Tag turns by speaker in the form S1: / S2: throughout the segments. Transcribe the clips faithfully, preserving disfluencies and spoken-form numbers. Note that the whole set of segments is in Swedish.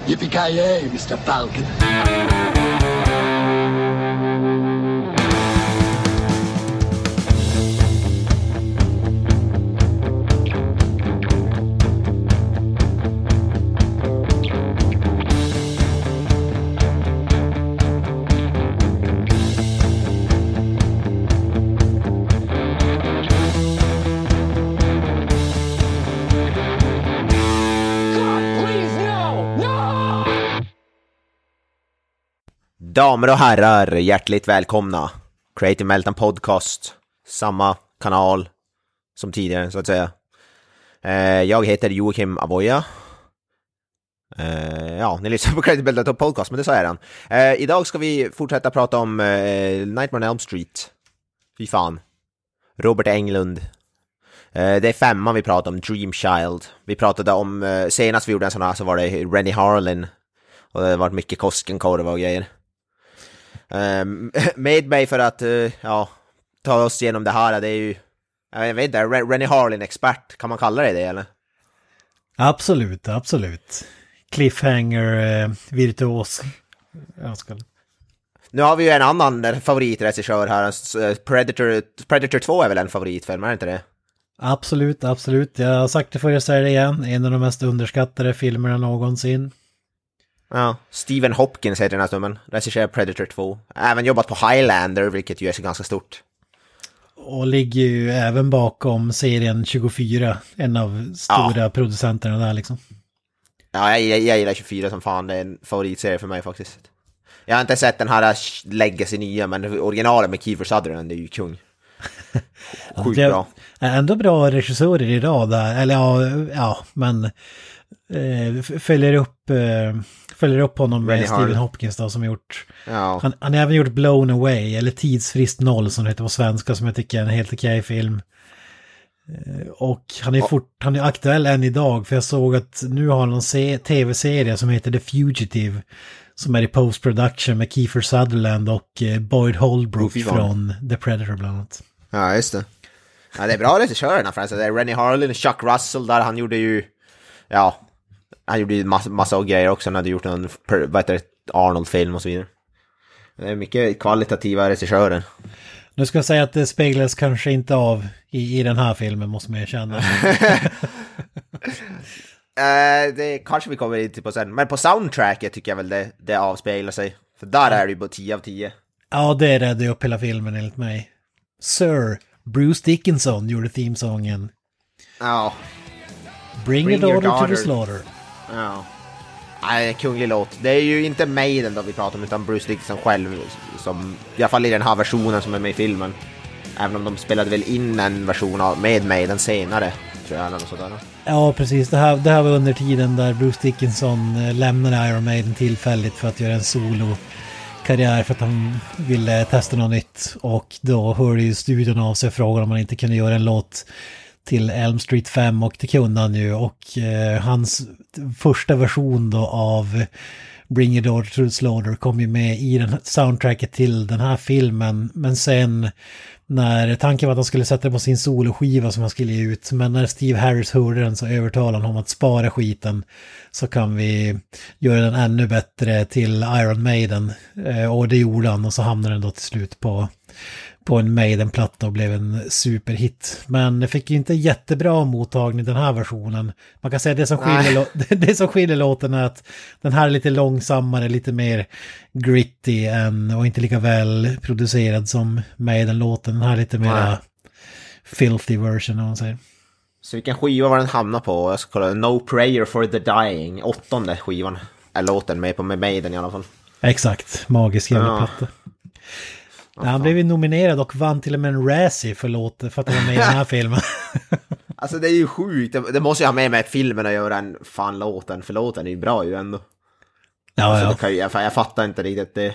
S1: Yippee-ki-yay, mister Falcon.
S2: Damer och herrar, hjärtligt välkomna. Creative Meltdown Podcast. Samma kanal som tidigare, så att säga. eh, Jag heter Joakim Avoya. eh, Ja, ni lyssnar på Creative Meltdown Podcast, men det sa jag redan. eh, Idag ska vi fortsätta prata om eh, Nightmare on Elm Street. Fy fan. Robert Englund. eh, Det är femman vi pratar om, Dream Child. Vi pratade om, eh, senast vi gjorde en sån här så var det Rennie Harlin. Och det har varit mycket Koskenkorva och grejer. Um, med mig för att uh, ja, ta oss igenom det här, det är ju, jag vet inte, Rennie Harlin expert, kan man kalla det det eller?
S3: Absolut, absolut. Cliffhanger, eh, virtuos. Jag ska...
S2: Nu har vi ju en annan favoritregissör här, Predator, Predator två är väl en favoritfilm, är det inte det?
S3: Absolut, absolut. Jag har sagt det förr, jag säger det igen. En av de mest underskattade filmerna någonsin.
S2: Ja, Stephen Hopkins heter den här snubben, regisserar Predator två. Även jobbat på Highlander, vilket ju är så ganska stort.
S3: Och ligger ju även bakom serien tjugofyra, en av stora ja. producenterna där liksom.
S2: Ja, jag, jag, jag gillar tjugofyra som fan, det är en favoritserie för mig faktiskt. Jag har inte sett den här Legacy nya, men originalen med Kiefer Sutherland, det är ju kung. Sjukt bra.
S3: Ändå bra regissörer idag där, eller ja, ja men eh, följer upp... Eh, följer upp honom med Stephen Harlin. Hopkins då, som gjort
S2: ja.
S3: han, han har även gjort Blown Away eller Tidsfrist noll som det heter på svenska, som jag tycker är en helt okej film. Och han är, fort, han är aktuell än idag, för jag såg att nu har han en tv-serie som heter The Fugitive som är i post-production med Kiefer Sutherland och Boyd Holbrook oh, från The Predator bland annat.
S2: Ja, just det. Ja, det är bra regissörerna för det är Rennie Harlin och Chuck Russell där, han gjorde ju ja han gjorde ju massa, massa grejer också. Han hade gjort en vad heter det, Arnold-film och så vidare. Det är mycket kvalitativa regissörer.
S3: Nu ska jag säga att det speglas kanske inte av i, i den här filmen, måste man erkänna.
S2: uh, det kanske vi kommer in till på sen. Men på soundtracket tycker jag väl det, det avspeglar sig. För där är det ju bara tio av tio.
S3: Ja, det räddade upp hela filmen enligt mig. Sir Bruce Dickinson gjorde themesången.
S2: Ja.
S3: Bring, Bring a daughter, daughter to the slaughter.
S2: Ja. Nej, kunglig låt. Det är ju inte Maiden då vi pratar om, utan Bruce Dickinson själv, som i alla fall i den här versionen som är med i filmen. Även om de spelade väl in en version av med Maiden senare, tror jag, eller något sådär.
S3: Ja, precis. Det här, det här var under tiden där Bruce Dickinson lämnade Iron Maiden tillfälligt för att göra en solo-karriär, för att han ville testa något nytt. Och då hörde ju studion av sig frågan om man inte kunde göra en låt till Elm Street fem, och det kunde han ju, och eh, hans första version då av Bring Your Daughter to the Slaughter kom ju med i den soundtracket till den här filmen, men sen när tanken var att han skulle sätta det på sin soloskiva som han skulle ge ut, men när Steve Harris hörde den så övertalade han om att spara skiten, så kan vi göra den ännu bättre till Iron Maiden, eh, och det gjorde han, och så hamnade den då till slut på på en Maiden-platta och blev en superhit. Men det fick ju inte jättebra mottagning den här versionen. Man kan säga att det som skiljer, det som skiljer låten är att den här är lite långsammare, lite mer gritty än, och inte lika väl producerad som Maiden-låten. Den här är lite mer filthy version, om man säger.
S2: Så vilken skiva var den hamnar på? Jag ska kolla. No Prayer for the Dying. Åttonde skivan är låten med på med Maiden i alla fall.
S3: Exakt. Magisk jävla ja. platta. Ja, han blev ju nominerad och vann till och med en Razzie för låten, för att han var med i den här filmen.
S2: Alltså det är ju sjukt. Det, det måste jag ha med med filmen att göra en fan låten, för låten är ju bra ju ändå.
S3: Ja,
S2: alltså,
S3: ja.
S2: Kan ju, jag, jag fattar inte riktigt det.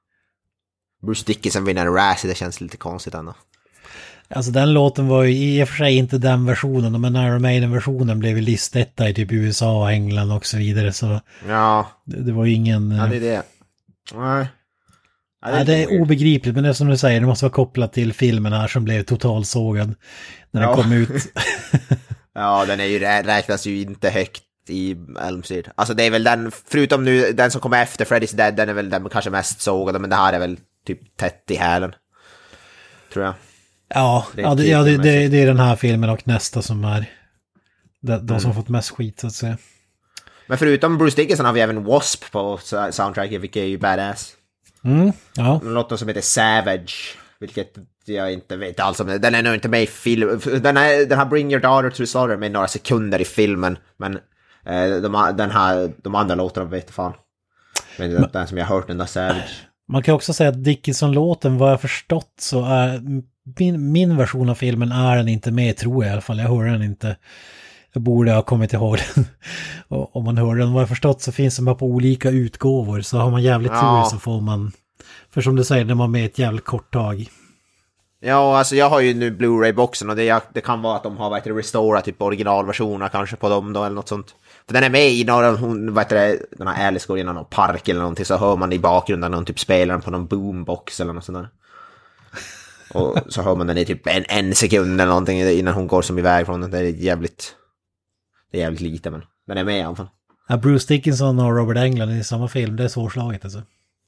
S2: Bruce Dickinson vinner en Razzie, det känns lite konstigt ändå.
S3: Alltså den låten var ju i och för sig inte den versionen, men Iron Maiden-versionen blev ju listetta i typ U S A, England och så vidare, så
S2: ja.
S3: det, det var ju ingen...
S2: Ja, det är det. Nej.
S3: Ja, det, är, ja, det är obegripligt, men det är som du säger, det måste vara kopplat till filmen här som blev totalsågad när den
S2: ja.
S3: kom ut.
S2: Ja, den är ju, räknas ju inte högt i Elm Street. Alltså det är väl den, förutom nu, den som kommer efter Freddy's Dead, den är väl den kanske mest sågade, men det här är väl typ tätt i hälen. Tror jag.
S3: Ja, det, ja, det, ja det, det, det är den här filmen och nästa som är de, de som mm. fått mest skit så att säga.
S2: Men förutom Bruce Dickinson har vi även W A S P på soundtracket, vilket är ju badass.
S3: Mm, ja.
S2: En låt som heter Savage, vilket jag inte vet alls om. Den är nog inte med i film. Den, är, den har Bring Your Daughter to the Slaughter med några sekunder i filmen, men eh, de, den här, de andra låtarna vet fan. Men den, den som jag har hört, den där Savage.
S3: Man kan också säga att Dickinson-låten, vad jag förstått så är min, min version av filmen är den inte med, tror jag i alla fall. Jag hör den inte. Jag borde ha kommit ihåg den. Och om man hör den, vad jag förstått så finns den bara på olika utgåvor. Så har man jävligt
S2: ja.
S3: tur så får man, för som du säger, den var med ett jävligt kort tag.
S2: Ja, alltså jag har ju nu Blu-ray-boxen och det, det kan vara att de har vet du, restorat typ originalversioner kanske på dem då eller något sånt. För den är med i några, hon, vet du, den här Alice går in i någon park eller någonting, så hör man i bakgrunden någon typ spelar den på någon boombox eller något sånt där. Och så hör man den i typ en, en sekund eller någonting innan hon går som iväg från den. Det är jävligt, det är jävligt lite, men den är med i alla fall.
S3: Ja, Bruce Dickinson och Robert Englund i samma film, det är svårslaget alltså.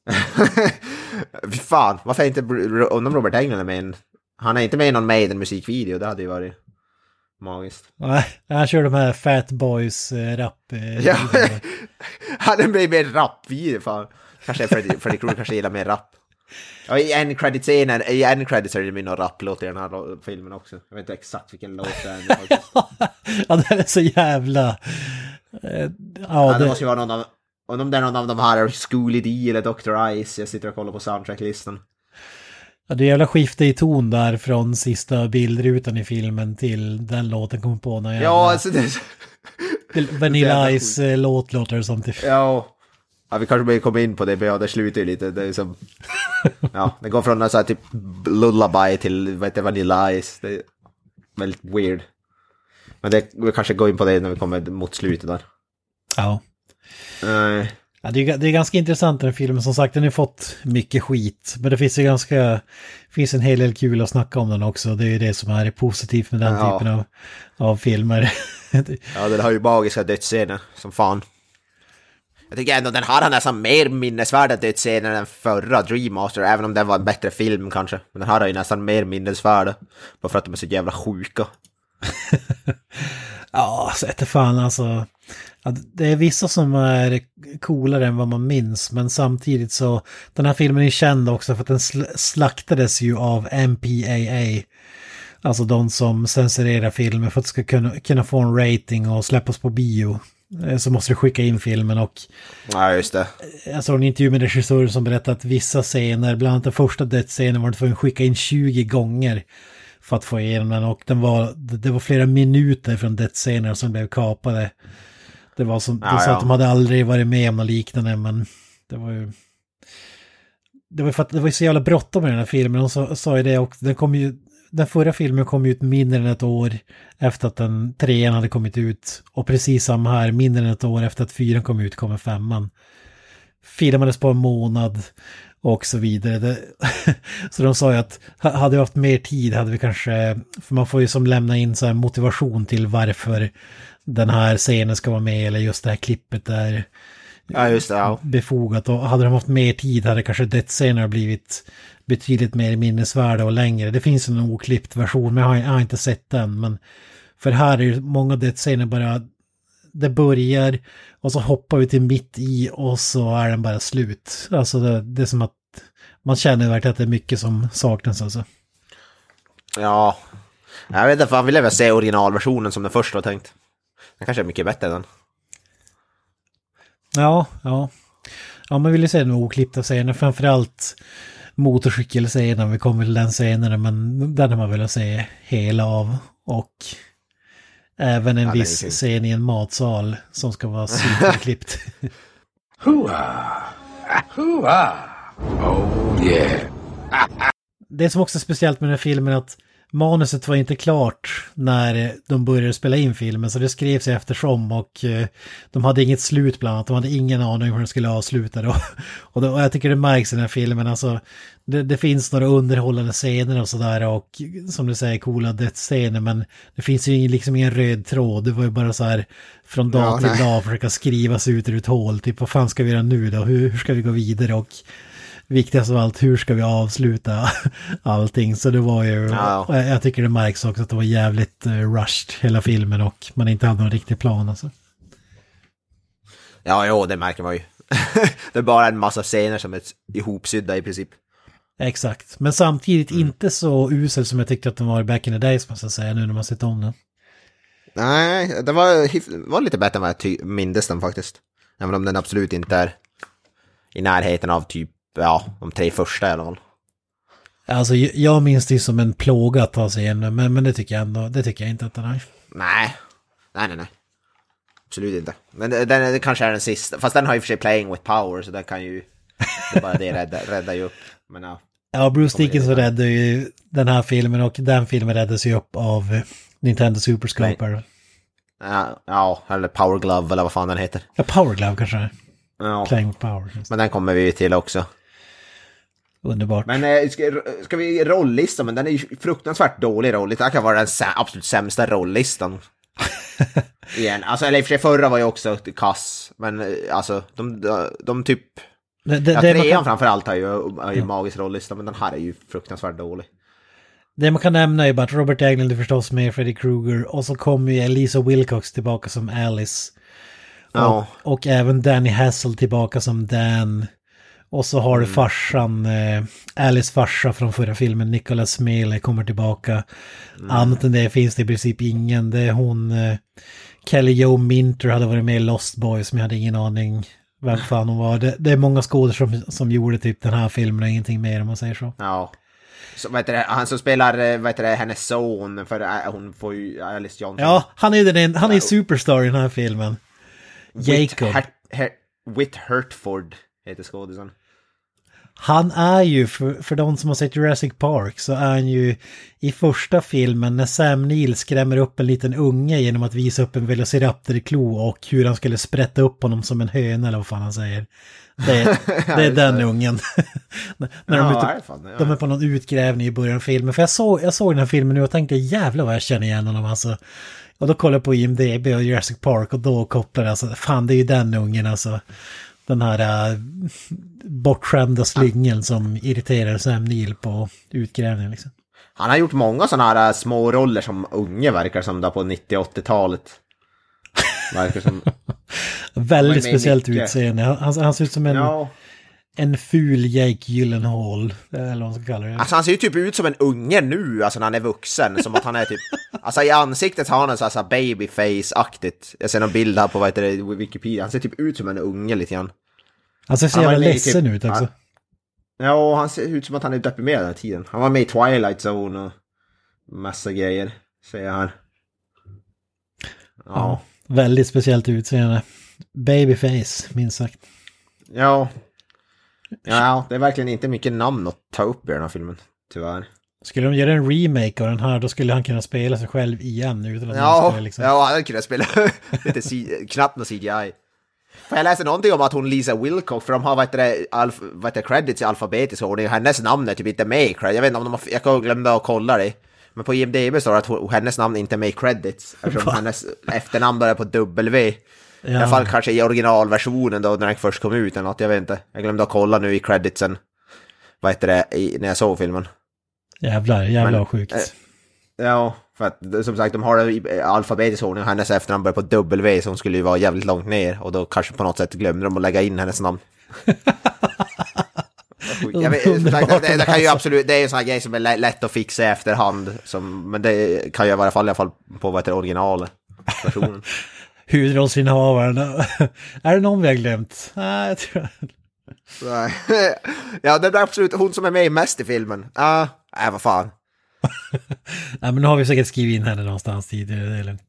S2: Fy fan, varför är inte om Robert Englund är med en, han är inte med i någon Maiden musikvideo, det hade ju varit magiskt.
S3: Nej, han kör de här Fat Boys äh, rap äh,
S2: ja, han är med i en rap-video, fan. Kanske Freddy, Freddy Krueger kanske gillar mer rap. Ja, i en credit-scenen, i en credit är det med någon rap-låt i den här filmen också. Jag vet inte exakt vilken låt det är.
S3: Ja, det är så jävla... Äh, ja,
S2: ja, det...
S3: det
S2: måste ju vara någon av... Och om det är någon av de här Schooly D eller doktor Ice, jag sitter och kollar på soundtracklistan.
S3: Ja, det är jävla skifte i ton där från sista bildrutan i filmen till den låten kom på när jag...
S2: Ja, alltså det...
S3: Till Vanilla Ice äh, låt låter som typ.
S2: Ja. Ja, vi kanske börjar komma in på det, men ja, det slutar ju lite. Det är som... ja, det går från en sån här typ lullaby till, vad heter Vanilla Ice. Det är väldigt weird. Men det, vi kanske går in på det när vi kommer mot slutet där.
S3: Ja.
S2: Uh,
S3: ja det, är, det är ganska intressant den filmen. Som sagt, den har fått mycket skit. Men det finns ju ganska... finns en hel del kul att snacka om den också. Det är ju det som är positivt med den ja. typen av, av filmer.
S2: ja, den har ju magiska dödsscener, som fan. Jag tycker ändå den här har nästan mer minnesvärda dödsscener än förra Dream Master, även om den var en bättre film kanske. Men den här har ju nästan mer minnesvärda, bara för att de är så jävla sjuka.
S3: ja, så inte fan alltså. Ja, det är vissa som är coolare än vad man minns, men samtidigt så, den här filmen är känd också för att den sl- slaktades ju av M P A A. Alltså de som censurerar filmer för att det ska kunna, kunna få en rating och släppas på bio. Så måste du skicka in filmen och...
S2: Ja, just det.
S3: Jag såg en intervju med regissören som berättade att vissa scener, bland annat den första dödsscenen, var det tvungen att skicka in tjugo gånger för att få igenom den. Och den var, det var flera minuter från dödsscener som blev kapade. Det var som,
S2: ja,
S3: de sa
S2: ja.
S3: att de hade aldrig varit med om något liknande, men det var ju... Det var för att det var så jävla bråttom med den här filmen. De sa, sa ju det också, den kom ju... Den förra filmen kom ut mindre än ett år efter att den trean hade kommit ut. Och precis samma här, mindre än ett år efter att fyran kom ut kommer femman. Filmades på en månad och så vidare. Det, så de sa ju att hade vi haft mer tid hade vi kanske... För man får ju som lämna in så här motivation till varför den här scenen ska vara med. Eller just det här klippet där
S2: ja, just det, ja.
S3: befogat. Och hade de haft mer tid hade kanske dödsscener blivit... betydligt mer minnesvärda och längre. Det finns en oklippt version, men jag har, jag har inte sett den. Men för här är ju många dödsscener bara... Det börjar och så hoppar vi till mitt i och så är den bara slut. Alltså det, det är som att man känner verkligen att det är mycket som saknas alltså.
S2: Ja, jag vet inte, för han vill väl se originalversionen som den första har tänkt. Den kanske är mycket bättre än den.
S3: Ja, ja. Ja, man vill ju se den oklippta scener. Framförallt motorcykelscenen, vi kommer till den scenen, men den har man velat se hela av. Och även en ja, viss scen i en matsal som ska vara superklippt.
S1: Hooah! Hooah! Oh yeah!
S3: Det som också är speciellt med den här filmen är att manuset var inte klart när de började spela in filmen, så det skrevs eftersom, och eh, de hade inget slut bland annat. De hade ingen aning hur de skulle avsluta det. Och, då, och jag tycker det märks i den här filmen. Alltså, det, det finns några underhållande scener och sådär, och som du säger, coola dödsscener, men det finns ju liksom ingen röd tråd. Det var ju bara så här från dag
S2: ja,
S3: till
S2: nej.
S3: dag försöka skriva sig ut ur ett hål. Typ, vad fan ska vi göra nu då? Hur, hur ska vi gå vidare? Och viktigast av allt, hur ska vi avsluta allting? Så det var ju,
S2: ja.
S3: jag tycker det märks också att det var jävligt uh, rushed hela filmen, och man inte hade någon riktig plan alltså.
S2: Ja, jo, det märker man ju. Det är bara en massa scener som är ihopsydda i princip.
S3: Exakt, men samtidigt
S2: mm.
S3: inte så usel som jag tyckte att den var back in the days, måste jag säga, nu när man sett om den.
S2: Nej, det var, var lite bättre än vad jag ty- mindes den faktiskt. Även om den absolut inte är i närheten av typ, ja, de tre första i alla fall.
S3: Alltså, jag minns det som en plåga att ta sig igenom, men, men det tycker jag ändå, det tycker jag inte att den är.
S2: Nej, nej, nej, nej. Absolut inte. Men den, den kanske är den sista. Fast den har ju för sig playing with power, så den kan ju, det är bara det rädda, rädda ju upp. Men ja.
S3: Ja, Bruce Dickinson räddade ju den här filmen, och den filmen räddades ju upp av Nintendo Super Scope.
S2: Ja, ja, eller Power Glove eller vad fan den heter.
S3: Ja, Power Glove kanske.
S2: Ja.
S3: Playing with power.
S2: Men den kommer vi till också.
S3: Underbart.
S2: Men äh, ska, ska vi rolllista? Men den är ju fruktansvärt dålig roll. Det här kan vara den sä- absolut sämsta rolllistan. Igen. Alltså, eller i och för sig förra var ju också kass. Men äh, alltså, de, de, de typ...
S3: Det, det,
S2: ja,
S3: det
S2: trean
S3: kan...
S2: framförallt har ju, har ju ja. magisk rollista, men den här är ju fruktansvärt dålig.
S3: Det man kan nämna är bara att Robert Englund är förstås med, Freddy Krueger, och så kommer ju Elisa Wilcox tillbaka som Alice. Och,
S2: ja.
S3: och även Danny Hassel tillbaka som Dan. Och så har du mm. farsan, eh, Alice farsa från förra filmen, Nicholas Smiley, kommer tillbaka. Mm. Annat än det finns det i princip ingen. Det är hon, eh, Kelly Jo Minter hade varit med i Lost Boys, men jag hade ingen aning vem fan hon var. Det, det är många skådespelare som, som gjorde typ den här filmen och ingenting mer, om man säger så.
S2: Ja. Så, vet du, han som spelar, vet du, hennes son, för äh, hon får ju Alice Johnson.
S3: Ja, han är ju den, han är superstar i den här filmen. Jacob.
S2: Whit, Her, Whit Hertford heter skådisen.
S3: Han är ju, för, för de som har sett Jurassic Park, så är han ju i första filmen när Sam Neill skrämmer upp en liten unge genom att visa upp en velociraptor i klo och hur han skulle sprätta upp honom som en höna, eller vad fan han säger. Det, det är den ungen. När de,
S2: ja,
S3: ute, fan, ja. de är på någon utgrävning i början av filmen. För jag såg, jag såg den här filmen nu och tänkte, jävlar vad jag känner igen honom alltså. Och då kollade jag på I M D B och Jurassic Park, och då kopplade jag, alltså, fan det är ju den ungen alltså. Den här äh, bortskämda slingeln som irriterar Sam Neill på utgrävningen liksom.
S2: Han har gjort många sådana här äh, små roller som unge, verkar som där på nittio-åttiotalet. Verkar som...
S3: Väldigt speciellt mycket utseende. Han, han ser ut som en,
S2: ja.
S3: en ful Jake Gyllenhaal, eller vad man ska kalla det.
S2: Alltså han ser ju typ ut som en unge nu, alltså när han är vuxen. Som att han är typ... Alltså i ansiktet har han en sån här babyface-aktigt. Jag ser någon bild här på, vad heter det, Wikipedia. Han ser typ ut som en unge lite grann.
S3: Han ser så jävla ledsen typ, ut också.
S2: Ja, han ser ut som att han är deprimerad den här tiden. Han var med i Twilight Zone och massa grejer, säger han. Ja.
S3: Ja, väldigt speciellt utseende. Babyface, minst sagt.
S2: Ja. Ja, det är verkligen inte mycket namn att ta upp i den här filmen, tyvärr. Skulle
S3: de göra en remake av den här, då skulle han kunna spela sig själv igen utan att
S2: ja,
S3: skulle, liksom...
S2: ja, han hade kunnat spela lite C- knappt någon C G I. För jag läste någonting om att hon Lisa Wilcox, för de har vad heter det, alf, vad heter det, credits i alfabetisk ordning, och hennes namn är typ inte med i credits. Jag vet inte om de har, jag glömde att kolla det. Men på I M D B står det att hon, hennes namn inte är med i credits, eftersom hennes efternamn börjar på W. Ja. I alla fall kanske i originalversionen då, när den först kom ut eller något, jag vet inte. Jag glömde att kolla nu i creditsen, vad heter det, i, när jag såg filmen.
S3: Jävlar, jävlar sjukt.
S2: Äh, ja, för att som sagt, de har det i alfabetisk ordning och hennes efternamn börjar på W, så hon skulle ju vara jävligt långt ner, och då kanske på något sätt glömde de att lägga in hennes namn. Jag vet, sagt, det, det kan ju absolut, det är en sån här grej som är lätt att fixa i efterhand, som, men det kan ju i alla fall, i alla fall på vad heter originalversionen.
S3: Huvudrollsinnehavaren. Är det någon vi har glömt? Nej, jag tror
S2: Nej. Ja, det är absolut hon som är med mest i filmen. Ja, ah, äh, vad fan.
S3: Nej, men nu har vi säkert skrivit in henne någonstans tidigare. Det är lugnt.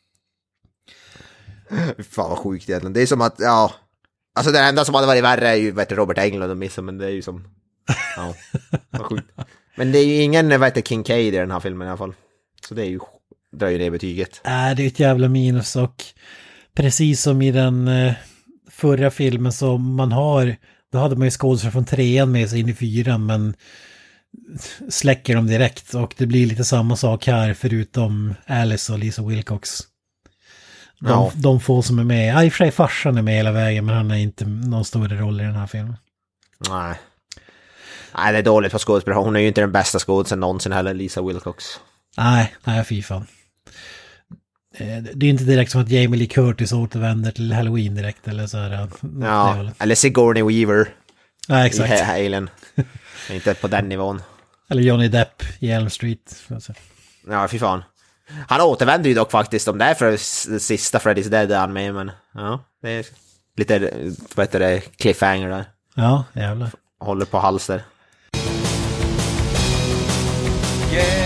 S2: Fan vad sjukt egentligen. Det är som att, ja... Alltså det enda som hade varit värre är ju vet, Robert Englund och missa, men det är ju som... Ja, vad sjukt. Men Men det är ju ingen, vad heter Kincaid i den här filmen i alla fall. Så det är ju, drar ju det betyget.
S3: Äh, det är ett jävla minus och precis som i den eh, förra filmen så man har, då hade man ju skådespelare från trean med sig in i fyran men släcker dem direkt och det blir lite samma sak här förutom Alice och Lisa Wilcox. De,
S2: ja.
S3: de få som är med, ja, i och för sig farsan är med hela vägen men han är inte någon större roll i den här filmen.
S2: Nej. Nej, det är dåligt på skådespelare. Hon är ju inte den bästa skådespelaren någonsin heller, Lisa Wilcox.
S3: Nej, nej fy fan. Det är inte direkt som att Jamie Lee Curtis återvänder till Halloween direkt eller så här.
S2: Ja, eller Sigourney Weaver.
S3: Ja, exakt.
S2: I Alien. Inte på den nivån.
S3: Eller Johnny Depp i Elm Street.
S2: Ja, fy fan. Han återvänder ju dock faktiskt om det är för sista Freddy's Dead är han med, men ja, det är lite, vad heter det, cliffhanger där.
S3: Ja, jävlar.
S2: Håller på halster. Yeah.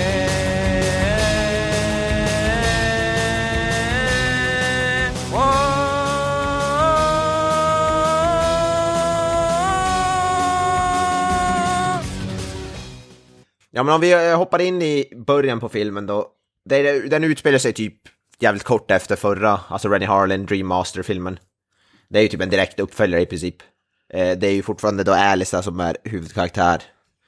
S2: Ja, men om vi hoppar in i början på filmen då. Det, den utspelar sig typ jävligt kort efter förra, alltså Rennie Harlin Dream Master-filmen. Det är ju typ en direkt uppföljare i princip. Eh, det är ju fortfarande då Alice som är huvudkaraktär.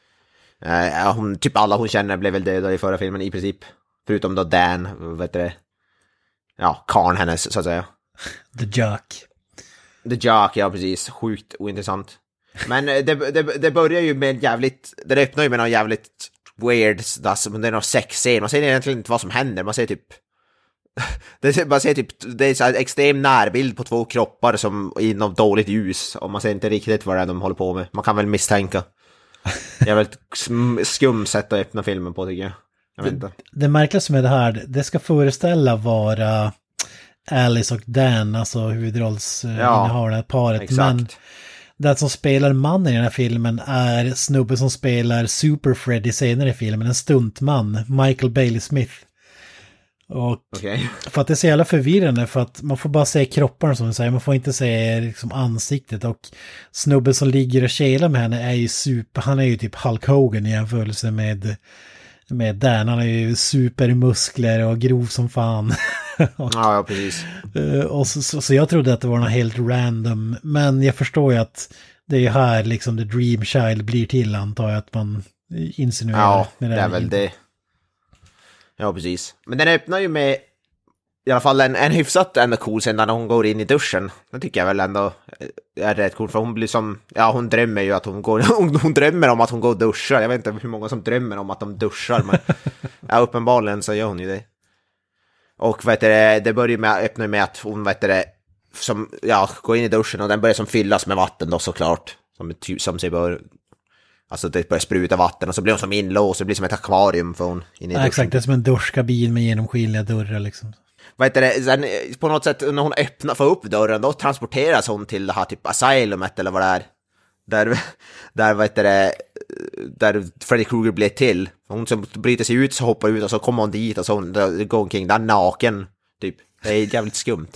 S2: Eh, hon, typ alla hon känner blev väl döda i förra filmen i princip. Förutom då Dan, vet du det? Ja, karn hennes så att säga.
S3: The Jock.
S2: The Jock, ja precis. Sjukt ointressant. Men det, det, det börjar ju med jävligt, det öppnar ju med någon jävligt weird, alltså, det är någon sexscen. Man ser egentligen inte vad som händer, man ser typ det, man ser typ, det är så här extrem närbild på två kroppar som inom dåligt ljus och man ser inte riktigt vad det är de håller på med. Man kan väl misstänka. Det är väl ett skum sätt att öppna filmen på tycker jag. Jag vet inte.
S3: Det, det märkligaste med det här, det ska föreställa vara Alice och Dan, alltså huvudrollsinnehavarna, ja, paret. Exakt. Men den som spelar mannen i den här filmen är snubben som spelar Super Freddy senare i filmen, en stuntman, Michael Bailey Smith. Och
S2: okay.
S3: För att det är så jävla förvirrande för att man får bara se kropparna som du säger, man får inte se liksom ansiktet och snubben som ligger och kelar med henne är ju super, han är ju typ Hulk Hogan i jämförelse med med Dan, han är ju supermuskler och grov som fan.
S2: och, ja, ja, precis.
S3: Och så, så, så jag trodde att det var något helt random, men jag förstår ju att det är ju här liksom The Dream Child blir till, antar jag att man insinuerar.
S2: Ja,
S3: med det,
S2: det är väl det. Ja, precis. Men den öppnar ju med i alla fall en, en hyfsat ändå cool scen när hon går in i duschen. Det tycker jag väl ändå är rätt cool, för hon blir som, ja hon drömmer ju att hon går, hon, hon drömmer om att hon går och duschar. Jag vet inte hur många som drömmer om att de duschar, men ja, uppenbarligen så gör hon ju det. Och vet du, det börjar med, öppnar med att hon vet du, som, ja, går in i duschen och den börjar som fyllas med vatten då såklart. Som, som sig bör, alltså det börjar spruta vatten och så blir hon som inlåst, det blir som ett akvarium för hon in i
S3: ja,
S2: duschen.
S3: Exakt, det är som en duschkabin med genomskinliga dörrar liksom.
S2: Vad heter det, sen på något sätt när hon öppnar, får upp dörren, då transporteras hon till det här typ asylumet eller vad det är. Där, där vad heter det, där Freddy Krueger blev till. Hon som bryter sig ut så hoppar ut och så kommer hon dit och så hon går omkring där naken typ. Det är jävligt skumt.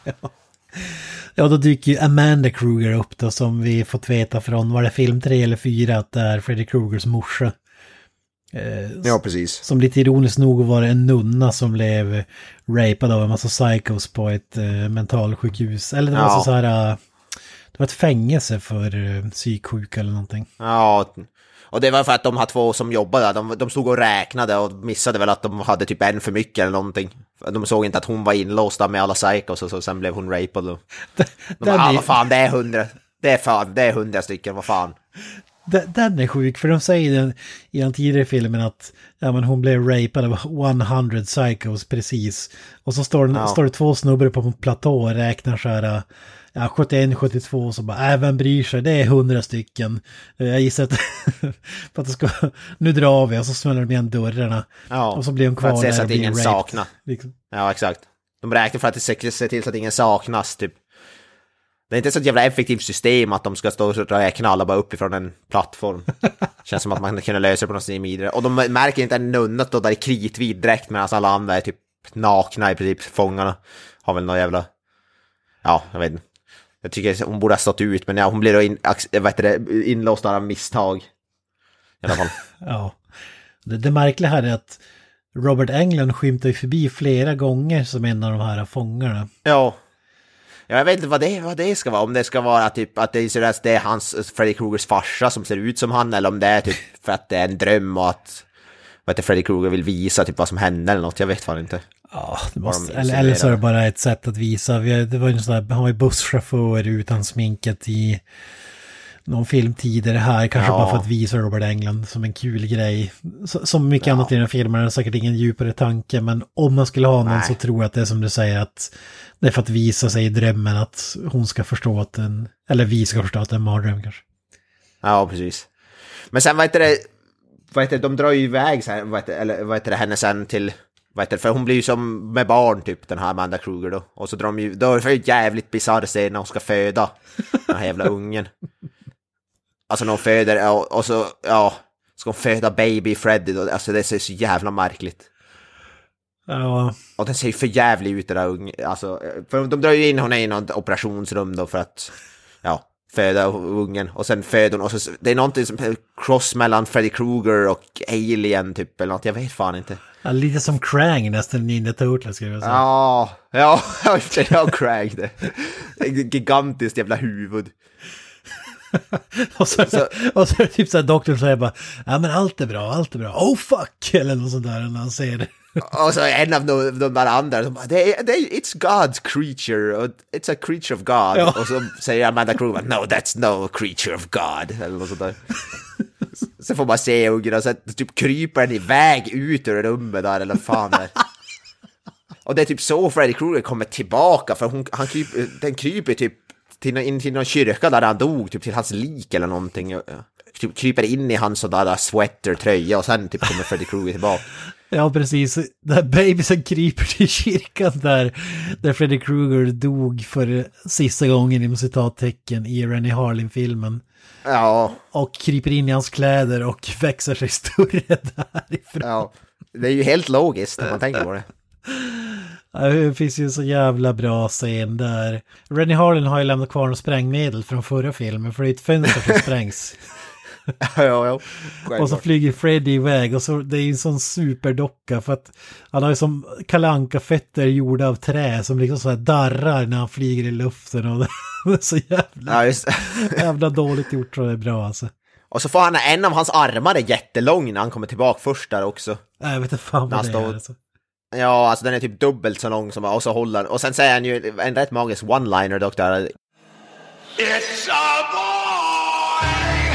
S3: Ja, då dyker ju Amanda Krueger upp då, som vi fått veta från, var det film tre eller fyra, att det är Freddy Kruegers morsa. Eh,
S2: ja, precis.
S3: Som lite ironiskt nog var det en nunna som blev rapad av en massa psychos på ett eh, mentalsjukhus. Eller det var ja. så här, uh, det var ett fängelse för uh, psyksjuka eller någonting.
S2: Ja, och det var för att de här två som jobbade, de, de stod och räknade och missade väl att de hade typ en för mycket eller någonting. De såg inte att hon var inlåst med alla psychos och så sen blev hon rapad. Och de bara, ah, vad fan, det är hundra, det är fan, det är hundra stycken, vad fan.
S3: Den är sjuk, för de säger den, i den tidigare filmen att ja, men hon blev rapad av hundra psychos precis. Och så står, den, ja. står det två snubbar på en platå och räknar så här, ja, sjuttioett sjuttiotvå och så bara, äh, vem bryr sig, det är hundra stycken. Jag gissar att, för att det ska, nu drar vi och så smäller de igen dörrarna. Ja, och så blir hon kvar
S2: för att se så
S3: att
S2: ingen
S3: raped,
S2: saknas.
S3: Liksom.
S2: Ja, exakt. De räknar för att se till så att ingen saknas, typ. Det är inte så ett jävla effektivt system att de ska stå och räkna alla bara uppifrån en plattform. Känns som att man kan lösa det på något sätt mindre. Och de märker inte en nunna då där i kritvid dräkt medan alla andra är typ nakna i princip. Fångarna har väl någon jävla... Ja, jag vet inte. Jag tycker hon borde ha stått ut, men ja, hon blir då in, vet det, inlåst av misstag. I alla fall.
S3: Ja. Det, det märkliga här är att Robert Englund skymtar ju förbi flera gånger som en av de här fångarna.
S2: Ja. Jag vet inte vad det, vad det ska vara. Om det ska vara typ att det är, det är hans Freddy Kruegers farsa som ser ut som han, eller om det är typ för att det är en dröm och att vad det Freddy Krueger vill visa typ vad som hände eller något. Jag vet fan inte.
S3: Ja, det måste, eller, eller så är det bara ett sätt att visa. Det var ju sån där, han var ju busschaufför utan sminket i någon film tidigare här. Kanske ja. Bara för att visa Robert Englund som en kul grej. Som mycket ja. Annat i den filmen är det säkert ingen djupare tanke. Men om man skulle ha någon Nej. Så tror jag att det är som du säger att det är för att visa sig i drömmen att hon ska förstå att den, eller vi ska förstå att det är en mardröm kanske.
S2: Ja, precis. Men sen vad heter det, vad heter det, de drar ju iväg så här, vad heter, eller vad heter det, henne sen till, vad heter det, för hon blir ju som med barn typ, den här Amanda Krueger då. Och så drar de ju, då är det jävligt bizarr scen när hon ska föda den här jävla ungen. Alltså när hon föder, och, och så, ja, ska hon föda baby Freddy då, alltså det ser så jävla märkligt.
S3: Ja.
S2: Och den ser ju för jävligt ut det där ungen, alltså, för de drar ju in hon i något operationsrum då för att, ja, föda ungen, och sen föder hon, och så, det är någonting som cross mellan Freddy Krueger och Alien typ, eller något, jag vet fan inte.
S3: Ja, lite som Krang nästan i The Turtles skulle jag säga.
S2: Ja, ja, ja, ja, Krang det. Gigantiskt jävla huvud.
S3: och, så, så, och så är det typ så här doktorn säger bara, ja men allt är bra, allt är bra, oh fuck, eller något sånt där när han säger det.
S2: Och så en av de, de där andra som bara, det är, det är, it's God's creature, it's a creature of God. Ja. Och så säger Amanda Krueger, no that's no creature of God, eller något sånt där. Så får man se ungen och så typ kryper den iväg ut ur rummet där, eller fan där. Och det är typ så Freddy Krueger kommer tillbaka, för hon, han kryper, den kryper typ till, in till någon kyrka där han dog, typ till hans lik eller någonting. Typ kryper in i hans sådär sweater-tröja och sen typ kommer Freddy Krueger tillbaka. Ja,
S3: precis. Där babysen kryper till kyrkan där, där Freddy Krueger dog för sista gången inom citattecken i Rennie Harlin-filmen.
S2: Ja.
S3: Och kryper in i hans kläder och växer sig större därifrån.
S2: Ja, det är ju helt logiskt när man tänker på det.
S3: Det finns ju så jävla bra scen där. Rennie Harlin har ju lämnat kvar en sprängmedel från förra filmen, för det är ett fönster som sprängs.
S2: ja, ja.
S3: Och så flyger Freddy iväg, och så det är en sån superdocka, för att han har ju som Kalle Anka-fötter gjorda av trä som liksom så här darrar när han flyger i luften, och det är så jävla, ja, just. jävla dåligt gjort, tror jag, det är bra alltså.
S2: Och så får han, en av hans armar är jättelång när han kommer tillbaka först där också.
S3: Jag vet inte fan vad det är alltså.
S2: Ja, alltså den är typ dubbelt så lång som, och så håller han, och sen säger han ju en rätt magisk one-liner dock där. It's a boy!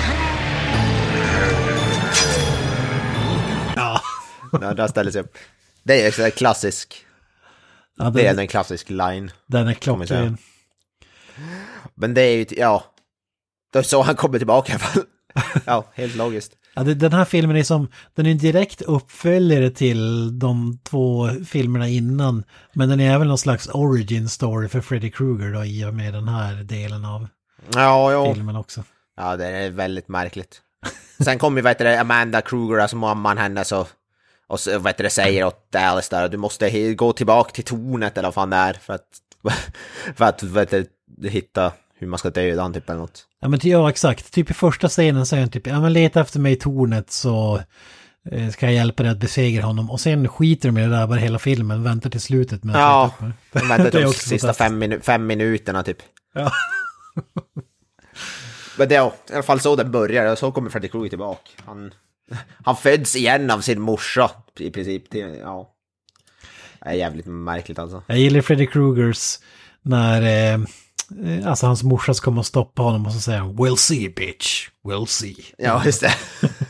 S3: Ja.
S2: Ja, där ställer sig upp. Det är en klassisk. Ja, den, det är en klassisk line.
S3: Den är klockren.
S2: Men det är ju, ja. Då så han kommer tillbaka i alla fall. Ja, helt logiskt.
S3: Ja, det, den här filmen är som, den är direkt uppföljare till de två filmerna innan, men den är även någon slags origin story för Freddy Krueger då, i och med den här delen av
S2: ja, ja.
S3: filmen också.
S2: Ja, det är väldigt märkligt. Sen kommer ju, vet du, Amanda Krueger, alltså mamman hennes, och, och så, vet du, säger åt Alice där, du måste gå tillbaka till tornet eller vad fan det är, för att, för att vet du, hitta hur man ska döda han typ eller något.
S3: Ja, men ja, exakt. Typ i första scenen säger han typ, ja men leta efter mig i tornet så eh, ska jag hjälpa dig att besegra honom. Och sen skiter de med det där bara hela filmen, väntar till slutet med att
S2: ja,
S3: upp
S2: de väntar till de sista fem, minu- fem minuterna typ.
S3: Ja.
S2: Men det är i alla fall så den börjar, och så kommer Freddy Krueger tillbaka. Han, han föds igen av sin morsa i princip. Till, ja. Det är jävligt märkligt alltså.
S3: Jag gillar Freddy Kruegers när... Eh, alltså hans morsa ska komma och stoppa honom, och så säger han, we'll see bitch, we'll see.
S2: Ja, just det.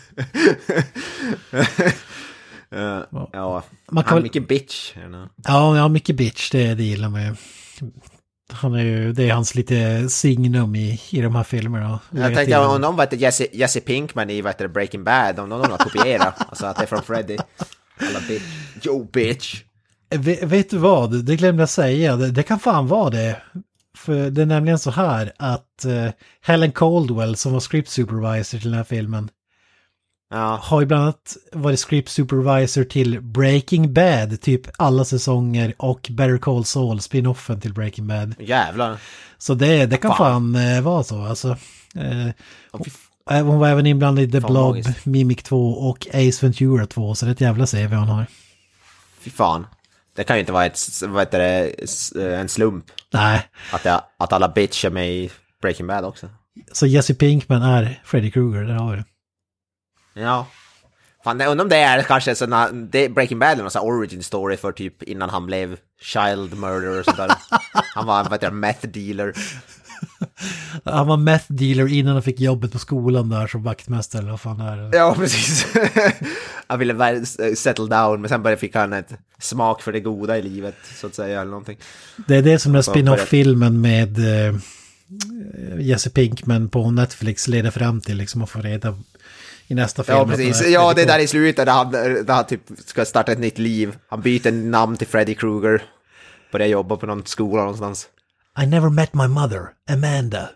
S2: uh, ja, man kan han mycket bitch. You know?
S3: Ja, ja, mycket bitch, det, det gillar man ju. Han är ju, det är hans lite signum i, i de här filmerna.
S2: Jag tänkte om någon var Jesse, Jesse Pinkman i vet du, Breaking Bad, om någon har kopierat, alltså att det är från Freddy. Alla bitch. Yo bitch.
S3: Vet, vet du vad, det glömde jag säga, det, det kan fan vara det. För det är nämligen så här att uh, Helen Caldwell, som var script supervisor till den här filmen,
S2: ja.
S3: har ju bland annat varit script supervisor till Breaking Bad, typ alla säsonger, och Better Call Saul, spin-offen till Breaking Bad.
S2: Jävlar.
S3: Så det, det kan fan, fan uh, vara så. Alltså, uh, Hon var även inblandad i The
S2: Fan,
S3: Blob,
S2: magiskt.
S3: Mimic två och Ace Ventura två, så det är ett jävla C V hon har.
S2: Fy fan. Det kan ju inte vara ett, vad heter det, en slump.
S3: Nej.
S2: Att, jag, att alla bitch är med i Breaking Bad också.
S3: Så Jesse Pinkman är Freddy Krueger, där har vi det.
S2: Ja. Fan, jag undrar om det är kanske såna, det, Breaking Bad är någon sån här origin story för typ innan han blev child murderer och sånt där. Han var en vad heter det, meth dealer.
S3: Han var meth dealer innan han fick jobbet på skolan där som vaktmästare eller vad fan är det?
S2: Ja, precis. Han ville väl settle down, men sen bara fick han ett smak för det goda i livet, så att säga, eller någonting.
S3: Det är det som den
S2: Så
S3: spin-off-filmen med eh, Jesse Pinkman på Netflix leder fram till, liksom att få reda i nästa film.
S2: Ja, precis. Ja, det är där i slutet där han, där han typ ska starta ett nytt liv. Han byter namn till Freddy Krueger. Börjar jobba på någon skola någonstans.
S3: I never met my mother, Amanda.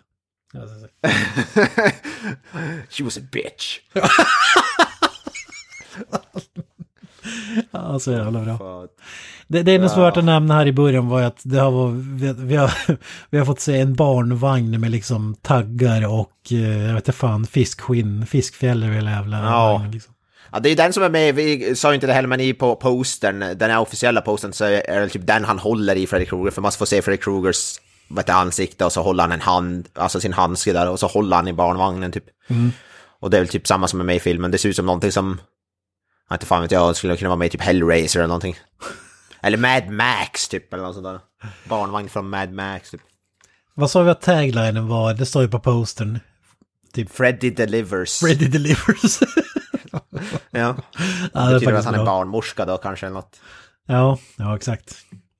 S2: She was a bitch.
S3: Ja, så jävla bra. Det, det är nog svårt att nämna här i början var att det har varit, vi, vi, har, vi har fått se en barnvagn med liksom taggar och jag vet inte fan, fiskskinn, fiskfjäller eller jävla
S2: ja.
S3: vagn, liksom.
S2: Ja, det är den som är med, vi sa inte det heller, men i på postern, den här officiella postern, så är det typ den han håller i Freddy Krueger, för man får se Freddy Krugers vet du, ansikte och så håller han en hand, alltså sin handske där, och så håller han i barnvagnen typ. Mm. Och det är väl typ samma som är med i filmen, det ser ut som någonting som, jag inte fan vet jag, skulle kunna vara med i typ Hellraiser eller någonting. Eller Mad Max typ, eller något sånt där. Barnvagn från Mad Max typ.
S3: Vad sa vi att taglinen var? Det står ju på postern.
S2: Typ Freddy Delivers.
S3: Freddy Delivers.
S2: Ja.
S3: Ja,
S2: det betyder
S3: det
S2: att han är
S3: bra.
S2: barnmorska då kanske eller något.
S3: Ja, ja exakt.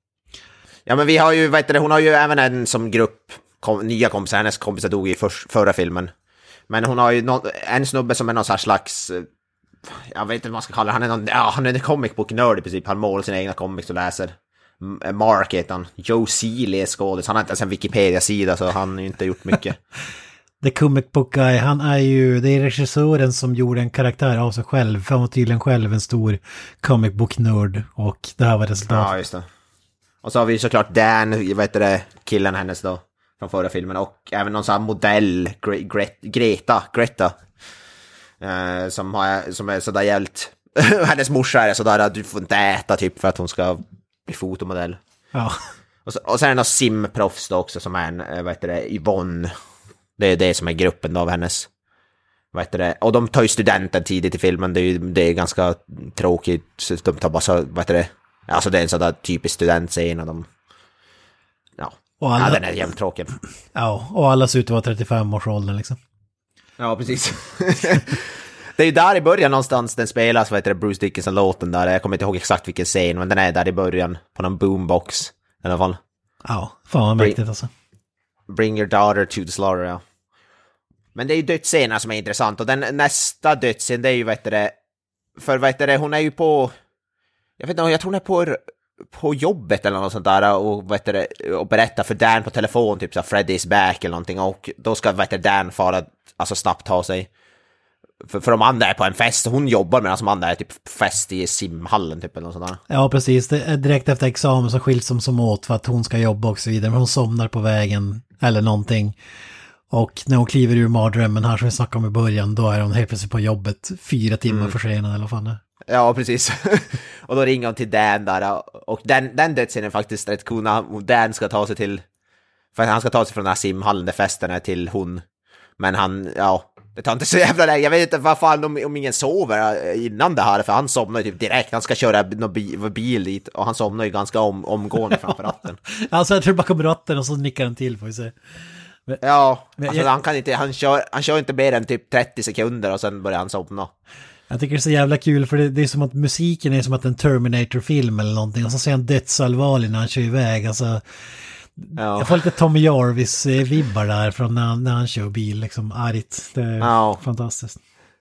S2: Ja, men vi har ju, vet du, hon har ju även en som grupp kom, nya kompisar, hennes kompisar dog i för, förra filmen. Men hon har ju någon, en snubbe som är någon slags, jag vet inte vad man ska kalla det, han är någon, ja, han är en comic book nörd i princip, han målar sina egna comics och läser. Mark heter han, Joe Seeley är skådis, han har inte ens en Wikipedia-sida så han har ju inte gjort mycket.
S3: The Comic Book Guy, han är ju, det är regissören som gjorde en karaktär av sig själv, för han var tydligen själv en stor comic book nörd och det här var resultatet.
S2: Ja, just det. Och så har vi såklart Dan, jag vet det, killen hennes då, från förra filmen, och även någon sån här modell, Gre- Gre- Greta, Greta, eh, som, har, som är sådär jävligt, hennes morsa är sådär att du får inte äta typ för att hon ska bli fotomodell.
S3: Ja.
S2: Och, så, och sen är det någon simproffs då också som är en, vad heter det, Yvonne. Det är det som är gruppen då av hennes. Vad heter det? Och de tar ju studenten tidigt i filmen, det är ju det är ganska tråkigt. De tar bara så, vad heter det? Alltså det är en sån där typisk studentscen och de... Ja,
S3: och alla,
S2: ja den är jävligt tråkig.
S3: Ja, och alla ser ut att vara trettiofem-årsåldern liksom.
S2: Ja, precis. Det är ju där i början någonstans den spelas, vad heter det, Bruce Dickinson-låten där. Jag kommer inte ihåg exakt vilken scen, men den är där i början på någon boombox i alla fall.
S3: Ja, fan vad mäktigt alltså.
S2: Bring your daughter to the slaughter, ja. Men det är ju dödsscenerna som är intressant, och den nästa dödsscen, det är ju, vet det, för vet det, hon är ju på, jag vet inte, jag tror hon är på, på jobbet eller något sånt där, och vet det, och berättar för Dan på telefon, typ så Freddy is back eller någonting, och då ska, vet det, Dan fara, alltså snabbt ta sig. För, för de andra är på en fest, hon jobbar medan de andra är typ fest i simhallen typ eller något sånt där.
S3: Ja, precis. Det är direkt efter examen så skiljs de som åt för att hon ska jobba och så vidare. Men hon somnar på vägen eller någonting. Och när hon kliver ur mardrömmen här som vi snackade om i början, då är hon helt plötsligt på jobbet fyra timmar mm. försenad eller vad fan det är.
S2: Ja, precis. Och då ringer hon till Dan där, och den, den dödsscenen är faktiskt rätt cool när Dan ska ta sig till, för han ska ta sig från den här simhallen där festen är till hon. Men han, ja, det tar inte så jävla länge. Jag vet inte vad fan om, om ingen sover innan det här, för han somnar ju typ direkt. Han ska köra någon bil, bil dit, och han somnar ju ganska om, omgående framför ratten.
S3: Alltså jag tror bakom ratten och så nickar han till, får vi se.
S2: Men, ja, alltså jag, han kan inte, han kör, han kör inte mer än typ trettio sekunder och sen börjar han somna.
S3: Jag tycker det är så jävla kul, för det, det är som att musiken är som att en Terminator-film eller någonting, och så ser han dödsallvarlig när han kör iväg, alltså. Ja. Jag får lite Tommy Jarvis-vibbar där från när, när han kör bil, liksom argt. Det är ja. fantastiskt.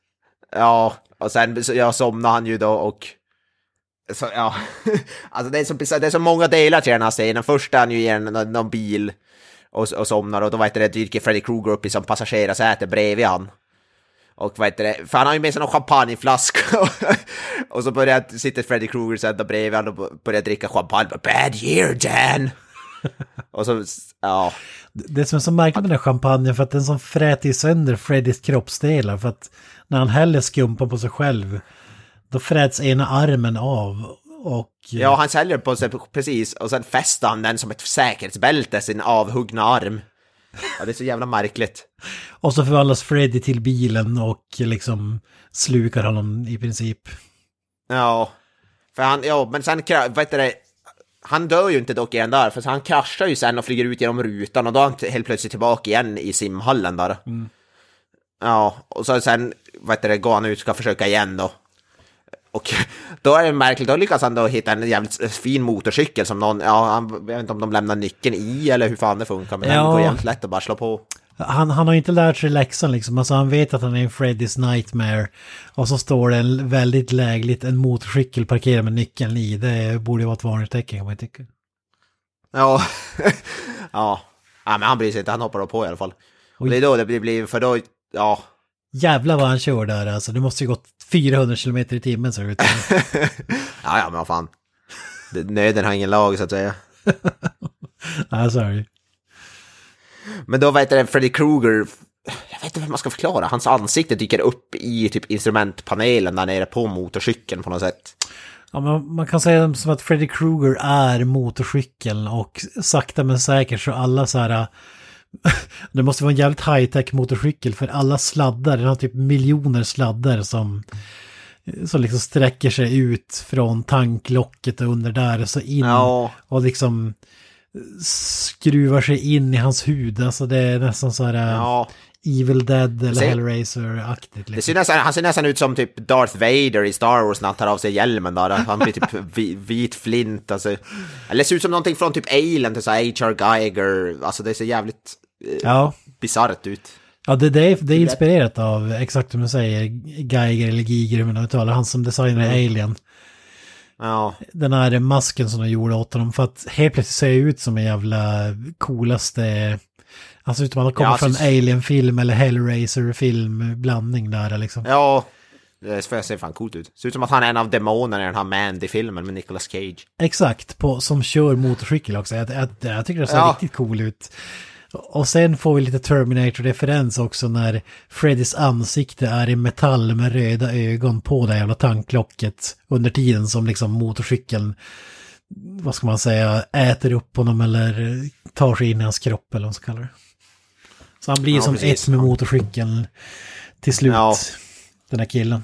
S2: Ja, och sen så, jag somnar han ju då, och så, ja, alltså det är, så, det är så många delar till den här scenen. Först är han ju i en, någon, någon bil och, och somnar, och då vet det, dyker Freddy Krueger upp i som passagerarsäte bredvid han. Och vad heter det, för han har ju med sig någon champagneflaska och så börjar sitta Freddy Krueger sen där bredvid han och börjar dricka champagne. Bad year, Dan! Och så, ja.
S3: Det som är så märkligt med den här champagnen för att den som fräter sönder Freddys kroppsdelar för att när han häller skumpan på sig själv då fräts ena armen av och...
S2: Ja, han säljer på sig precis och sen fäster han den som ett säkerhetsbälte, sin avhuggna arm. Ja, det är så jävla märkligt.
S3: Och så förvandlas Freddy till bilen och liksom slukar honom i princip.
S2: Ja, för han, ja, men sen, vet du det, han dör ju inte dock igen där, för han kraschar ju sen och flyger ut genom rutan och då är han helt plötsligt tillbaka igen i simhallen där. Mm. Ja, och så sen, vet du det, går han ut och ska försöka igen då. Och då är det märkligt, då lyckas han då hitta en jävligt fin motorcykel som någon, ja, han, jag vet inte om de lämnar nyckeln i eller hur fan det funkar, men ja. Det går jävligt lätt att bara slå på.
S3: Han, han har inte lärt sig läxan liksom, alltså han vet att han är en Freddy's Nightmare och så står det en väldigt lägligt en motorcykel parkerad med nyckeln i, det borde vara ett varningstecken kan man tycka.
S2: Ja, ja, ja, men han bryr sig inte, han hoppar då på i alla fall. Och det är då det blir, för då, ja.
S3: Jävlar vad han kör där, alltså det måste ju gått fyrahundra kilometer i timmen så det ut.
S2: Ja, ja, men vad fan. Nöden har ingen lag så att säga.
S3: Ja, sorry.
S2: Men då vet jag Freddy Krueger, jag vet inte hur man ska förklara, hans ansikte dyker upp i typ instrumentpanelen där nere på motorcykeln på något sätt.
S3: Ja, men man kan säga som att Freddy Krueger är motorcykeln och sakta men säkert så alla så här... Det måste vara en jävligt high-tech motorcykel för alla sladdar, den har typ miljoner sladdar som, som liksom sträcker sig ut från tanklocket och under där så in ja. Och liksom skruvar sig in i hans hud, alltså det är nästan så här ja. Evil Dead eller Hellraiser-aktigt. Liksom.
S2: Det ser nästan, han ser nästan ut som typ Darth Vader i Star Wars när han tar av sig hjälmen där. Han blir typ vit flint. Alltså. Eller ser ut som någonting från typ Alien till så H R Geiger. Alltså det ser jävligt eh, ja. bizarrt ut.
S3: Ja, det, det, är, det är inspirerat av, exakt som du säger, Geiger eller Giger, men de han som designar mm. Alien.
S2: Ja.
S3: Den här masken som de gjorde åt honom för att helt plötsligt ser ut som en jävla coolaste... Alltså utom att man kommer ja, från Alien-film eller Hellraiser-film-blandning där liksom.
S2: Ja, det ser fan coolt ut. Ser ut som att han är en av demonerna i den här Mandy-filmen med Nicolas Cage.
S3: Exakt, på, som kör motorcykel också. Jag, jag, jag tycker det ser ja. riktigt cool ut. Och sen får vi lite Terminator-referens också när Freddys ansikte är i metall med röda ögon på det jävla tanklocket under tiden som liksom motorcykeln, vad ska man säga, äter upp honom eller tar sig in i hans kropp eller vad man ska kalla det. Så han blir ja, som precis. ett med motorcykeln till slut, ja. den här killen.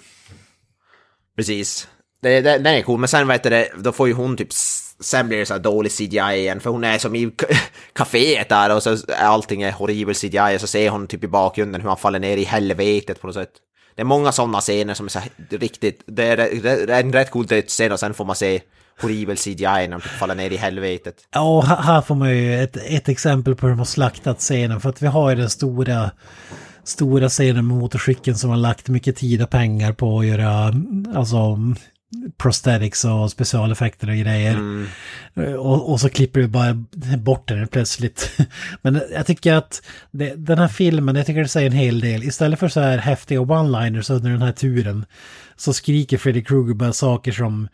S2: Precis. Det, det, den är cool, men sen vet du det, då får ju hon typ, sen blir det så här dålig C G I igen, för hon är som i kaféet där och så allting är horribel C G I och så ser hon typ i bakgrunden hur han faller ner i helvetet på något sätt. Det är många sådana scener som är så här, riktigt, det är, det är en rätt cool dödsscen och sen får man se horribel C G I när de typ faller ner i helvetet.
S3: Ja, här får man ju ett, ett exempel på hur de har slaktat scenen, för att vi har ju den stora stora scenen med motorcykeln som har lagt mycket tid och pengar på att göra alltså prosthetics och specialeffekter och grejer. Mm. Och, och så klipper du bara bort den plötsligt. Men jag tycker att det, den här filmen, jag tycker det säger en hel del. Istället för så här häftiga one-liners under den här turen så skriker Freddy Krueger bara saker som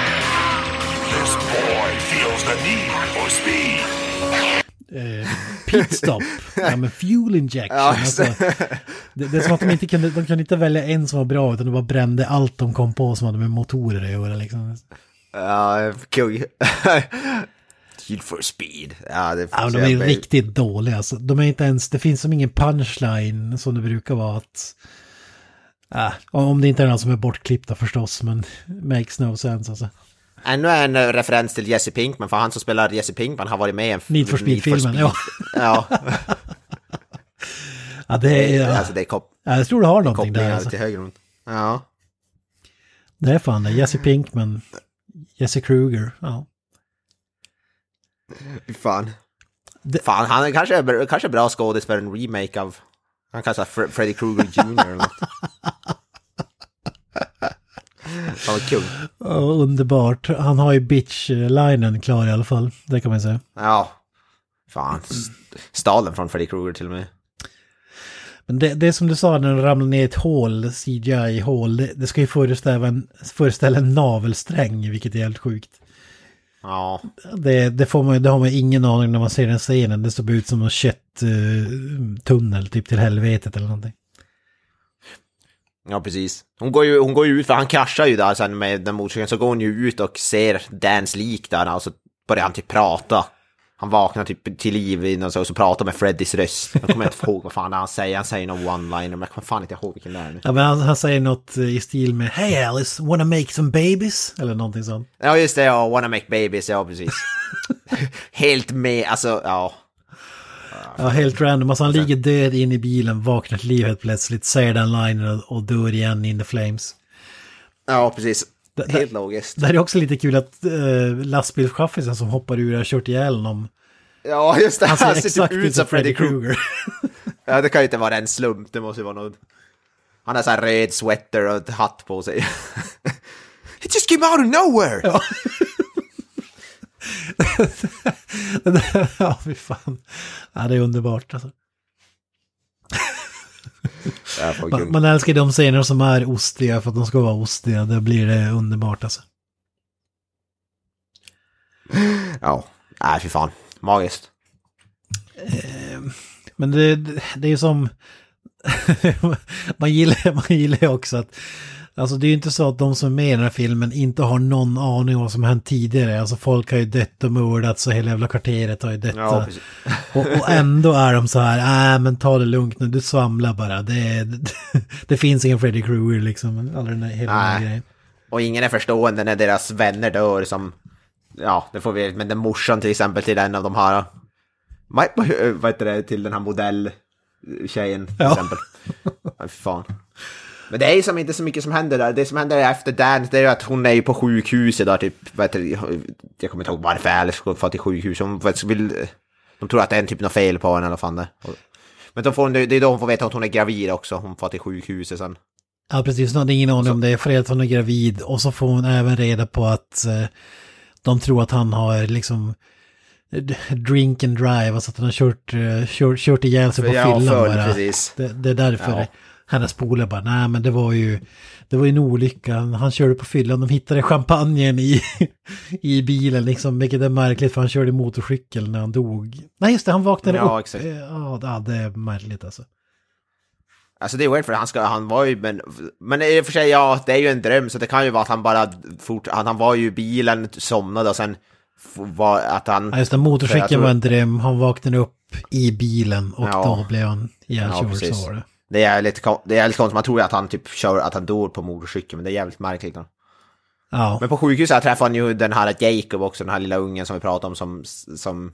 S3: This boy feels the need for speed. Eh, pitstop, ja, men fuel injection. Ja, alltså, det, det är som att de inte kunde, de kunde inte välja en som var bra utan de bara brände allt de kom på som hade med motorer att göra liksom.
S2: Ja, kul. Need for speed. Ja, det
S3: ja, de är mig. riktigt dåliga. Alltså, de är inte ens, det finns som ingen punchline som det brukar vara att äh, om det inte är någon som är bortklippta förstås, men makes no sense alltså.
S2: Ännu en referens till Jesse Pinkman, för han som spelar Jesse Pinkman har varit med i en
S3: Need for Speed-filmen, ja.
S2: Ja.
S3: Ja, det är...
S2: Alltså, det är kop-
S3: ja, jag tror du har någonting där. Alltså.
S2: Till höger. Ja.
S3: Det är fan det. Jesse Pinkman. Jesse Krueger, ja.
S2: Fan. Det... Fan, han är kanske, är, kanske är bra skådis för en remake av... Han kanske är Fre- Freddy Krueger junior eller något. Ja, kul.
S3: Oh, underbart. Han har ju bitch-linen klar i alla fall. Det kan man säga.
S2: Ja. Fan. Stalen från Freddy Krueger till och med.
S3: Men det, det är som du sa när den ramlar ner i ett hål, C G I-hål. Det, det ska ju föreställa en, föreställa en navelsträng, vilket är helt sjukt.
S2: Ja.
S3: Det, det, får man, det har man ingen aning när man ser den scenen. Det står ut som en kött-tunnel typ till helvetet eller någonting.
S2: Ja, precis. Hon går ju, hon går ju ut, för han kraschar ju där sen med den motorcykeln, så går hon ju ut och ser Dans lik där, och så börjar han typ prata. Han vaknar typ till liv och så, och så pratar med Freddys röst. Jag kommer inte ihåg vad fan han säger. Han säger någon one-liner, men jag kommer fan inte ihåg vilken det är.
S3: Ja, men han, han säger något i stil med Hey Alice, wanna make some babies? Eller någonting sånt.
S2: Ja, just det, ja, wanna make babies, ja, precis. Helt med, alltså, ja.
S3: Ja, helt random. Alltså han ligger död in i bilen, vaknar till livet plötsligt, säger den linen och, och dör igen in the flames.
S2: Ja, precis.
S3: D-
S2: helt
S3: d-
S2: logiskt.
S3: Det här är också lite kul att uh, lastbilschaffisen som hoppar ur har kört ihjäl honom.
S2: Ja, just det.
S3: Han ser,
S2: Han ser
S3: exakt
S2: typ ut som Freddy Krueger.
S3: Krueger.
S2: Ja, det kan ju inte vara en slump. Det måste ju vara något. Han har så här röd sweater och ett hatt på sig. It just came out of nowhere!
S3: Ja. Ja, fy fan. Ja, det är underbart alltså. man, man älskar de scener som är ostiga för att de ska vara ostiga. Då blir det underbart alltså.
S2: Ja, nej fy fan. Magiskt.
S3: Eh, men det, det är ju som man gillar man gillar ju också att alltså det är ju inte så att de som är med i den här filmen inte har någon aning om vad som hänt tidigare. Alltså folk har ju dött och mördat, så hela jävla kvarteret har ju dött. Ja, och, och ändå är de så här, äh men ta det lugnt nu, du svamlar bara. Det, det, det finns ingen Freddy Krueger liksom. Alla den här, hela den här grejen.
S2: Och ingen är förstående när deras vänner dör som, ja det får vi, men den morsan till exempel till en av de här, vad heter det, till den här modelltjejen till
S3: ja. exempel.
S2: Ja, fan. Men det är ju som inte så mycket som händer där. Det som händer efter Dance, det är ju att hon är ju på sjukhuset där typ, vad heter det, jag kommer inte ihåg varför Alice ska få till sjukhus. Hon vill, de tror att det är en typ något fel på henne eller fan det. Men de får, det är då hon får veta att hon är gravid också. Hon får till sjukhuset sen.
S3: Ja precis, hon hade ingen aning om det. För att hon är gravid, och så får hon även reda på att eh, de tror att han har liksom drink and drive, alltså att han har kört, uh, kört, kört ihjäl sig på
S2: ja,
S3: fyllan
S2: för,
S3: bara. Det, det är därför ja. hennes polare bara, nej men det var ju det var ju en olycka, han körde på fyllan, de hittade champagnen i, i bilen liksom, vilket är märkligt för han körde motorcykel när han dog. Nej just det, han vaknade
S2: ja,
S3: upp.
S2: Exakt.
S3: Ja, det är märkligt alltså.
S2: Alltså det är weird för han ska, han var ju, men, men i och för sig, ja, det är ju en dröm, så det kan ju vara att han bara fort, han, han var ju i bilen, somnade och sen var att han...
S3: Ja, just det, motorcykeln tror, var en dröm, han vaknade upp i bilen och ja, då blev han ihjälkörd, ja, så var det.
S2: Det är lite, det är lite konstigt, man tror ju att han typ kör, att han dör på motorcykeln, men det är jävligt märkligt.
S3: Ja.
S2: Men på sjukhuset träffade han ju den här Jacob också, den här lilla ungen som vi pratade om som... som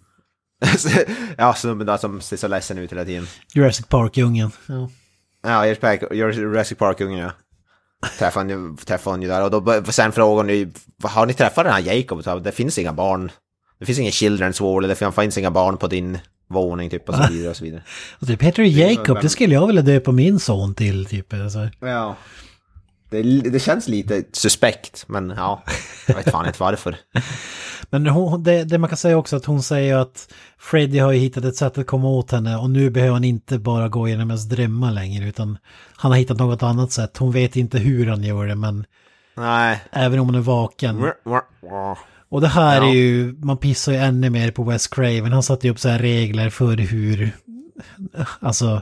S2: ja, som, då, som ser så ledsen ut hela tiden.
S3: Jurassic Park-ungen. Ja.
S2: Ja, Jurassic Park-ungen, ja. Träffade han ju, träffade han ju där. Och då, sen frågade ni, har ni träffat den här Jacob? Det finns inga barn. Det finns ingen children's wall. Det finns inga barn på din våning, typ, och så vidare och så vidare.
S3: Och typ heter det Jacob, det, det skulle jag vilja dö på min son till, typ. Alltså.
S2: Ja. Det, det känns lite suspekt, men ja, jag vet fan inte varför.
S3: Men hon, det, det man kan säga också att hon säger att Freddy har ju hittat ett sätt att komma åt henne, och nu behöver han inte bara gå igenom hennes drömmar längre, utan han har hittat något annat sätt. Hon vet inte hur han gör det, men
S2: nej,
S3: även om hon är vaken. Och det här ja. är ju, man pissar ju ännu mer på Wes Craven. Han satte ju upp så här regler för hur, alltså...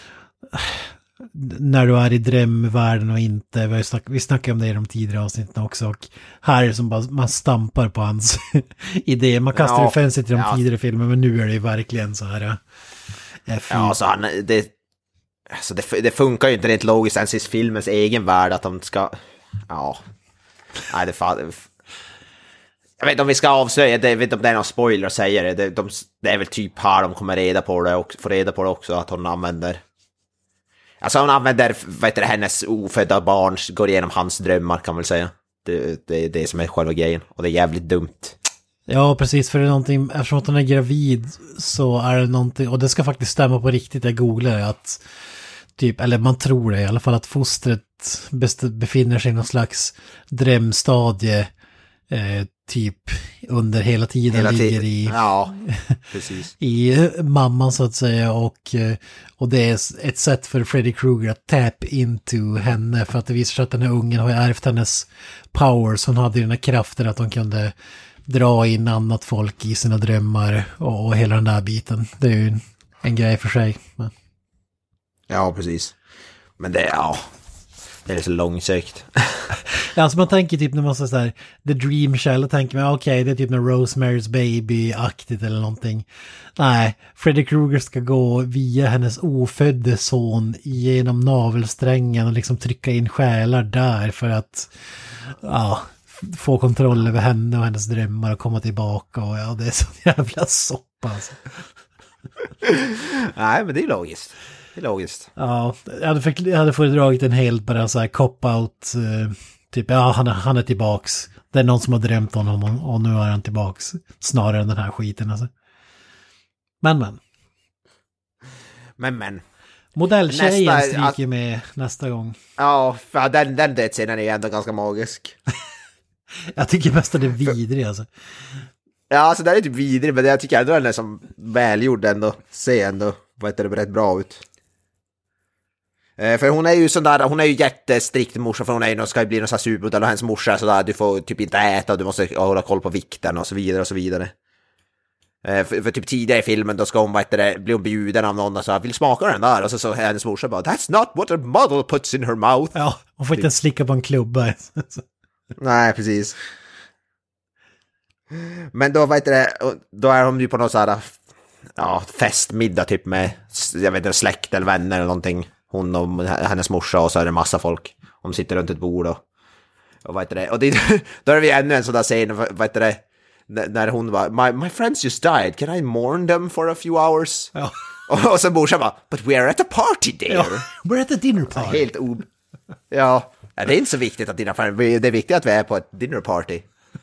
S3: när du är i drömvärlden och inte, vi, snack, vi snackade om det i de tidigare avsnitten också, och här är det som bara, man stampar på hans idé, man kastar ja, offensivt i de ja. tidigare filmer, men nu är det ju verkligen så här äh,
S2: ja, alltså han, det, alltså det, det funkar ju inte rent logiskt ens i filmens egen värld att de ska, ja, nej det fan, jag vet inte om vi ska avslöja, jag vet inte om det är någon spoiler att säga det, det, de, det är väl typ här de kommer reda på det och få reda på det också, att hon använder. Alltså hon använder, vad heter det, hennes ofödda barn går igenom hans drömmar, kan man väl säga. Det, det är det som är själva grejen. Och det är jävligt dumt.
S3: Ja, precis. För det är någonting, eftersom att hon är gravid så är det någonting, och det ska faktiskt stämma på riktigt, jag googlar att typ, eller man tror det i alla fall, att fostret befinner sig i någon slags drömstadie eh, typ under hela tiden hela ligger i,
S2: ja, precis.
S3: i mamman så att säga, och, och det är ett sätt för Freddy Krueger att tap into henne, för att det visar sig att den här ungen har ärvt hennes powers. Hon hade ju den här kraften att hon kunde dra in annat folk i sina drömmar och, och hela den där biten. Det är ju en, en grej för sig. Men.
S2: Ja, precis. Men det, ja, det är så långsökt.
S3: Ja, alltså man tänker typ när man säger så här The Dream Shell, och tänker man okej, okay, det är typ när Rosemary's Baby-aktigt eller någonting. Nej, Freddy Krueger ska gå via hennes ofödde son genom navelsträngen och liksom trycka in själar där för att ja, få kontroll över henne och hennes drömmar och komma tillbaka, och ja, det är så jävla soppa alltså.
S2: Nej, men det är logiskt. Det är logiskt.
S3: Ja, jag hade, för, jag hade föredragit en helt bara så här cop-out, eh, typ, ja, han, han är tillbaks. Det är någon som har drömt honom och, och nu är han tillbaks. Snarare än den här skiten alltså. Men, men.
S2: Men, men.
S3: Modelltjejen
S2: nästa,
S3: stryker
S2: att,
S3: med nästa gång.
S2: Ja, för den, den dödsscenen är ju ändå ganska magisk.
S3: Jag tycker mest att det är vidrig alltså.
S2: Ja, alltså det är typ vidrig, men jag tycker ändå den är som välgjord ändå. Ser ändå, vad heter det, rätt bra ut. Eh, för hon är ju sån där, hon är ju jättestrikt morsa, för hon är ju, ska ju bli någon sån här supermodell, och hennes morsa är sådär, du får typ inte äta, du måste hålla koll på vikten och så vidare och så vidare. Eh, för, för typ tidigare i filmen då ska hon, vad heter det, bli bjuden av någon och så vill smaka den där, och så så hennes morsa bara, that's not what a model puts in her mouth.
S3: Ja, hon får inte ens slicka på en klubba.
S2: Nej, precis. Men då, vad heter det, då är hon ju på någon sån här, ja, festmiddag typ med, jag vet inte, släkt eller vänner eller någonting. Hon och hennes morsa, och så är det massa folk. De sitter runt ett bord och, och vad heter det, och det, då är vi ännu en sån där scen, vad heter det, när hon var, my, my friends just died, can I mourn them for a few hours?
S3: Ja.
S2: Och, och så morsan bara, but we're at a party there.
S3: Ja, we're at a dinner party.
S2: Helt o... Ja, det är inte så viktigt att dina föräldrar, det är viktigt att vi är på ett dinner party.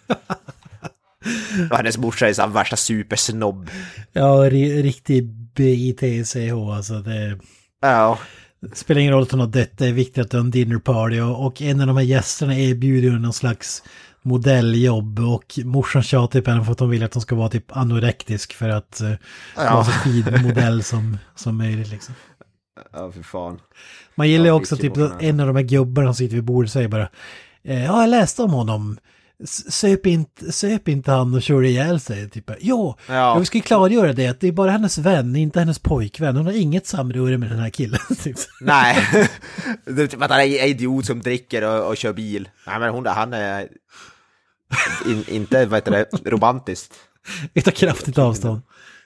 S2: Och hennes morsa är så värsta supersnobb.
S3: Ja, riktig B I T C H alltså. Det
S2: ja.
S3: spelar ingen roll att hon har dött. Det är viktigt att det är en dinner party. Och, och en av de här gästerna erbjuder någon slags modelljobb. Och morsan tjatar på henne för att hon vill att hon ska vara typ anorektisk för att uh,
S2: ja.
S3: vara så fin modell som, som möjligt liksom.
S2: Ja, för fan.
S3: Man gillar
S2: ja,
S3: också typ en av de här gubbarna som sitter vid bordet säger bara ja, jag läste om honom. Söp inte, söp inte han och kör ihjäl sig typ. Jo, ja. Jag ska ju klargöra det att det är bara hennes vän, inte hennes pojkvän. Hon har inget samröre med den här killen. Typ.
S2: Nej, det är typ att han är en idiot som dricker och, och kör bil. Nej, men hon där, han är in, inte, vad heter det, romantiskt.
S3: Vi tar kraftigt avstånd.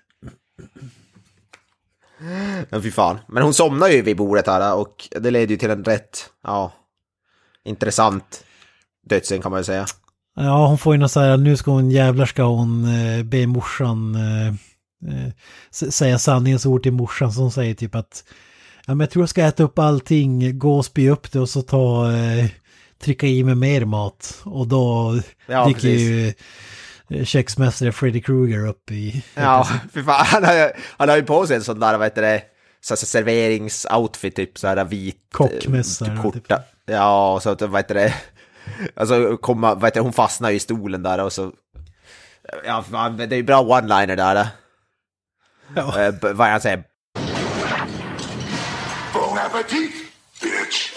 S2: Men fy fan. Men hon somnar ju vid bordet här och det leder ju till en rätt, ja, intressant dödsen kan man ju säga.
S3: Ja, hon får ju något så här, nu ska hon, jävlar ska hon eh, be morsan eh, eh, säga sanningens ord till morsan, som säger typ att ja, men jag tror jag ska äta upp allting, gå och spy upp det och så ta eh, trycka i med mer mat, och då ja, dyker ju eh, köksmästare Freddy Krueger upp i...
S2: Ja, för fan, han har, han har ju på sig en sån där, vad heter det, så serveringsoutfit typ, så här vit
S3: kockmästare
S2: typ, typ. Ja, och så vad heter det, alltså komma, vad heter det, hon fastnar i stolen där och så, ja, fan, det är ju bra one-liner där. Ja. Uh, vad jag säger.
S1: Bon appetit, bitch!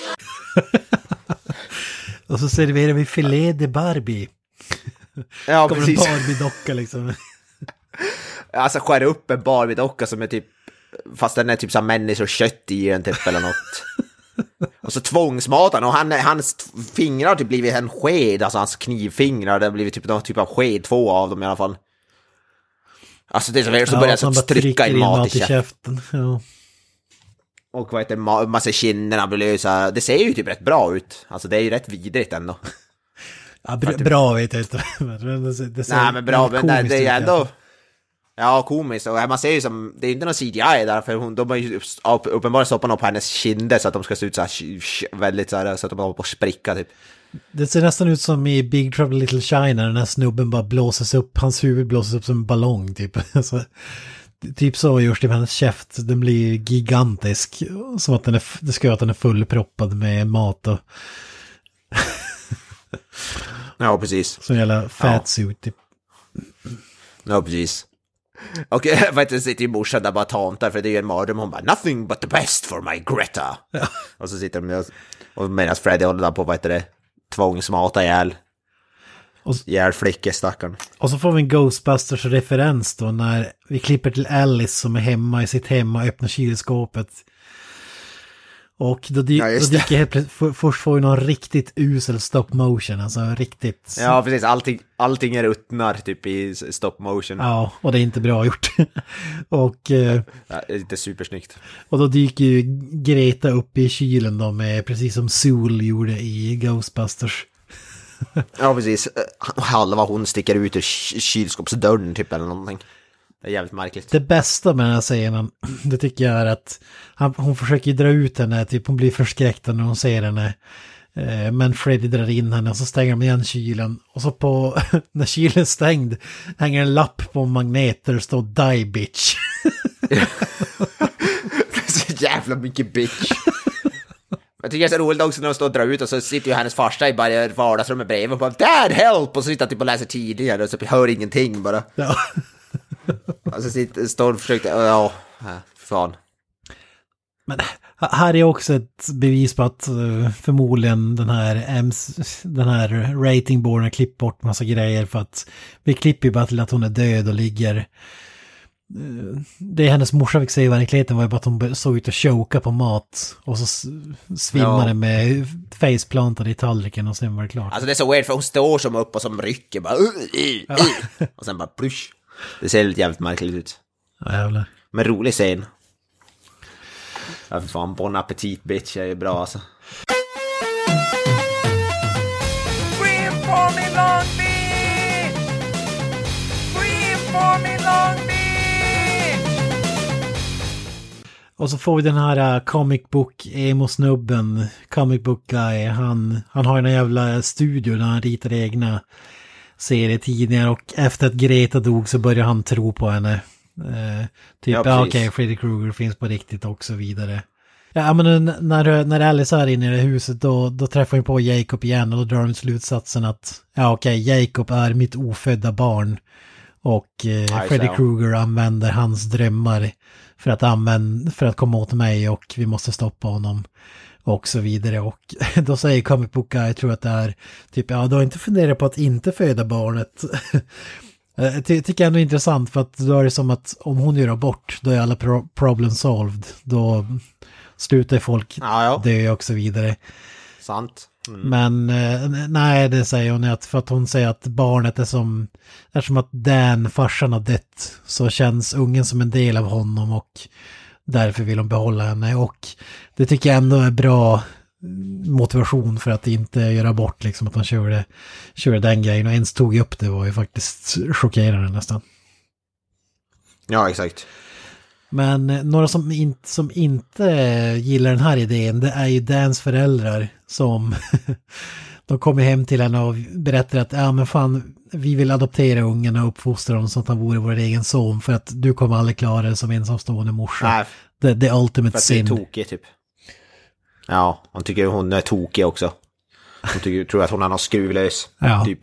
S3: Och så serverar vi filé de Barbie.
S2: Ja,
S3: kommer
S2: precis.
S3: En Barbie-docka liksom.
S2: Alltså skär upp en Barbie-docka som är typ, fast den är typ som människokött i den typ eller något. Och så tvångsmatan, och han, hans fingrar har typ blivit en sked, alltså hans knivfingrar, det har blivit typ någon typ av sked, två av dem i alla fall. Alltså det är så väl så
S3: ja,
S2: börjar så trycka in mat, mat i käften.
S3: käften. Ja.
S2: Och vad heter det, massa kinderna blir så här, det ser ju typ rätt bra ut. Alltså det är ju rätt vidrigt ändå.
S3: Ja, br- typ... bra vet jag inte. det, det ser
S2: Nej, men bra, men det, det är ju ändå... Ja, komiskt. Och man ser ju som, det är inte någon C G I där, för hon, de har ju uppenbarligen stoppat upp på hennes kinder så att de ska se ut så här, väldigt så här, så att de håller på att spricka typ.
S3: Det ser nästan ut som i Big Trouble in Little China, den här snubben bara blåses upp, hans huvud blåses upp som en ballong typ. Alltså, typ så görs det med hennes käft, den blir gigantisk, som att den är, det ska göra att den är fullproppad med mat och...
S2: Ja, precis.
S3: Som jävla fatsuit ja. Typ.
S2: Ja, precis. Och vad heter det, sitter ju morsan där bara tantar, för det är ju en mardröm, hon bara, nothing but the best for my Greta. Ja. Och så sitter de och, och medan Freddy håller där på, vad heter det, tvångsmata ihjäl. Järflicke, stackarn.
S3: Och så får vi en Ghostbusters-referens då när vi klipper till Alice som är hemma i sitt hem och öppnar kylskåpet. Och då, dy-
S2: ja,
S3: då dyker helt plötsligt, först får vi någon riktigt usel stop motion, alltså riktigt...
S2: Ja, precis, allting, allting är ruttnar typ i stop motion.
S3: Ja, och det är inte bra gjort. och, eh,
S2: ja, det är inte supersnyggt.
S3: Och då dyker ju Greta upp i kylen då med, precis som Zool gjorde i Ghostbusters.
S2: Ja, precis. Halva hon sticker ut ur kylskåpsdörren typ eller någonting. Det är jävligt märkligt.
S3: Det bästa med den här scenen, det tycker jag är att han, hon försöker dra ut henne, typ hon blir förskräckt när hon ser henne. Eh, men Freddy drar in henne och så stänger de igen kylen. Och så på, när kylen är stängd, hänger en lapp på en magnet där det står Die Bitch.
S2: Det är så jävla mycket bitch. Jag tycker det är så roligt också när de står och drar ut och så sitter ju hennes farsa i bara vardagsrummet bredvid och bara Dad help! Och så sitter han typ och läser tidningar och så hör ingenting bara.
S3: Ja.
S2: Och så sitter, står och försökte, ja, fan.
S3: Men här är också ett bevis på att uh, förmodligen den här M C, den här ratingboarden har klippt bort massa grejer för att vi klipper ju bara till att hon är död och ligger. Uh, det hennes morsa fick säga i verkligheten var ju bara att hon såg ut och choka på mat och så svimmade ja. med faceplantade i tallriken och sen var det klart.
S2: Alltså det är så weird för hon står som upp och som rycker bara uh, uh, uh, ja. Och sen bara plush. Det ser lite jävligt märkligt ut.
S3: Ja, jävlar.
S2: Men rolig scen. Ja, för fan, bon appetit bitch är ju bra alltså.
S4: Scream for me Long Beach! Scream for me Long Beach!
S3: Och så får vi den här uh, comic book emo-snubben, comic book guy. Han, han har en jävla studio där han ritar egna serietidningar och efter att Greta dog så började han tro på henne. Eh, typ, ja, okej, okay, Freddy Krueger finns på riktigt och så vidare. Ja, men när, när Alice är inne i det huset då, då träffar vi på Jacob igen och då drar de slutsatsen att ja, okej, okay, Jacob är mitt ofödda barn och eh, Freddy Krueger använder hans drömmar för att, använda, för att komma åt mig och vi måste stoppa honom. Och så vidare. Och då säger Comic Book Guy, jag tror att det är typ, ja, du har inte funderat på att inte föda barnet. Jag ty- tycker jag ändå är intressant för att då är det som att om hon gör abort, då är alla pro- problem solved. Då slutar folk
S2: ja, ja.
S3: dö och så vidare.
S2: Sant. Mm.
S3: Men eh, nej, det säger hon att för att hon säger att barnet är som, eftersom att Dan, farsan, har dött så känns ungen som en del av honom och därför vill hon behålla henne och det tycker jag ändå är bra motivation för att inte göra bort liksom att han körde, körde den grejen och ens tog upp det var ju faktiskt chockerande nästan.
S2: Ja, exakt.
S3: Men några som, in, som inte gillar den här idén det är ju Dans föräldrar som de kommer hem till henne och berättar att ja men fan vi vill adoptera ungen och uppfostra dem så att han vore vår egen son för att du kommer aldrig klara det som ensamstående morsa. Nej, the, the ultimate sin.
S2: För att det är tokig typ. Ja, hon tycker hon är tokig också. Hon tycker, tror att hon är någon skruvlös
S3: ja.
S2: typ.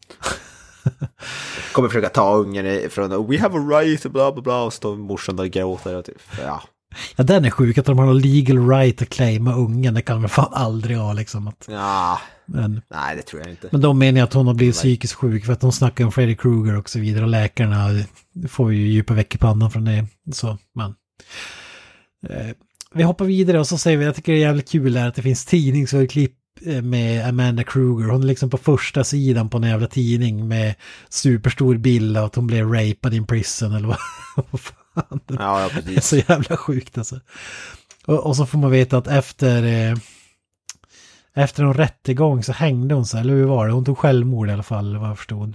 S2: Kommer försöka ta ungen från we have a right bla bla bla och står morsan och gråter och typ. Ja.
S3: Ja, den är sjuk att de har någon legal right att claima ungen. Det kan man fan aldrig ha liksom. Att,
S2: ja,
S3: men,
S2: nej det tror jag inte.
S3: Men de menar att hon har blivit psykiskt sjuk för att de snackar om Freddy Krueger och så vidare. Och läkarna får ju djupa veck i pannan från det. Så, men. Eh, vi hoppar vidare och så säger vi, jag tycker det är jävligt kul här att det finns tidningsurklipp med Amanda Krueger. Hon är liksom på första sidan på en jävla tidning med superstor bild av att hon blev rapad in prison eller vad, vad fan.
S2: Ja, ja,
S3: det är så jävla sjukt alltså. Och, och så får man veta att efter eh, efter en rättegång så hängde hon sig, eller hur var det? Hon tog självmord i alla fall, vad jag förstod.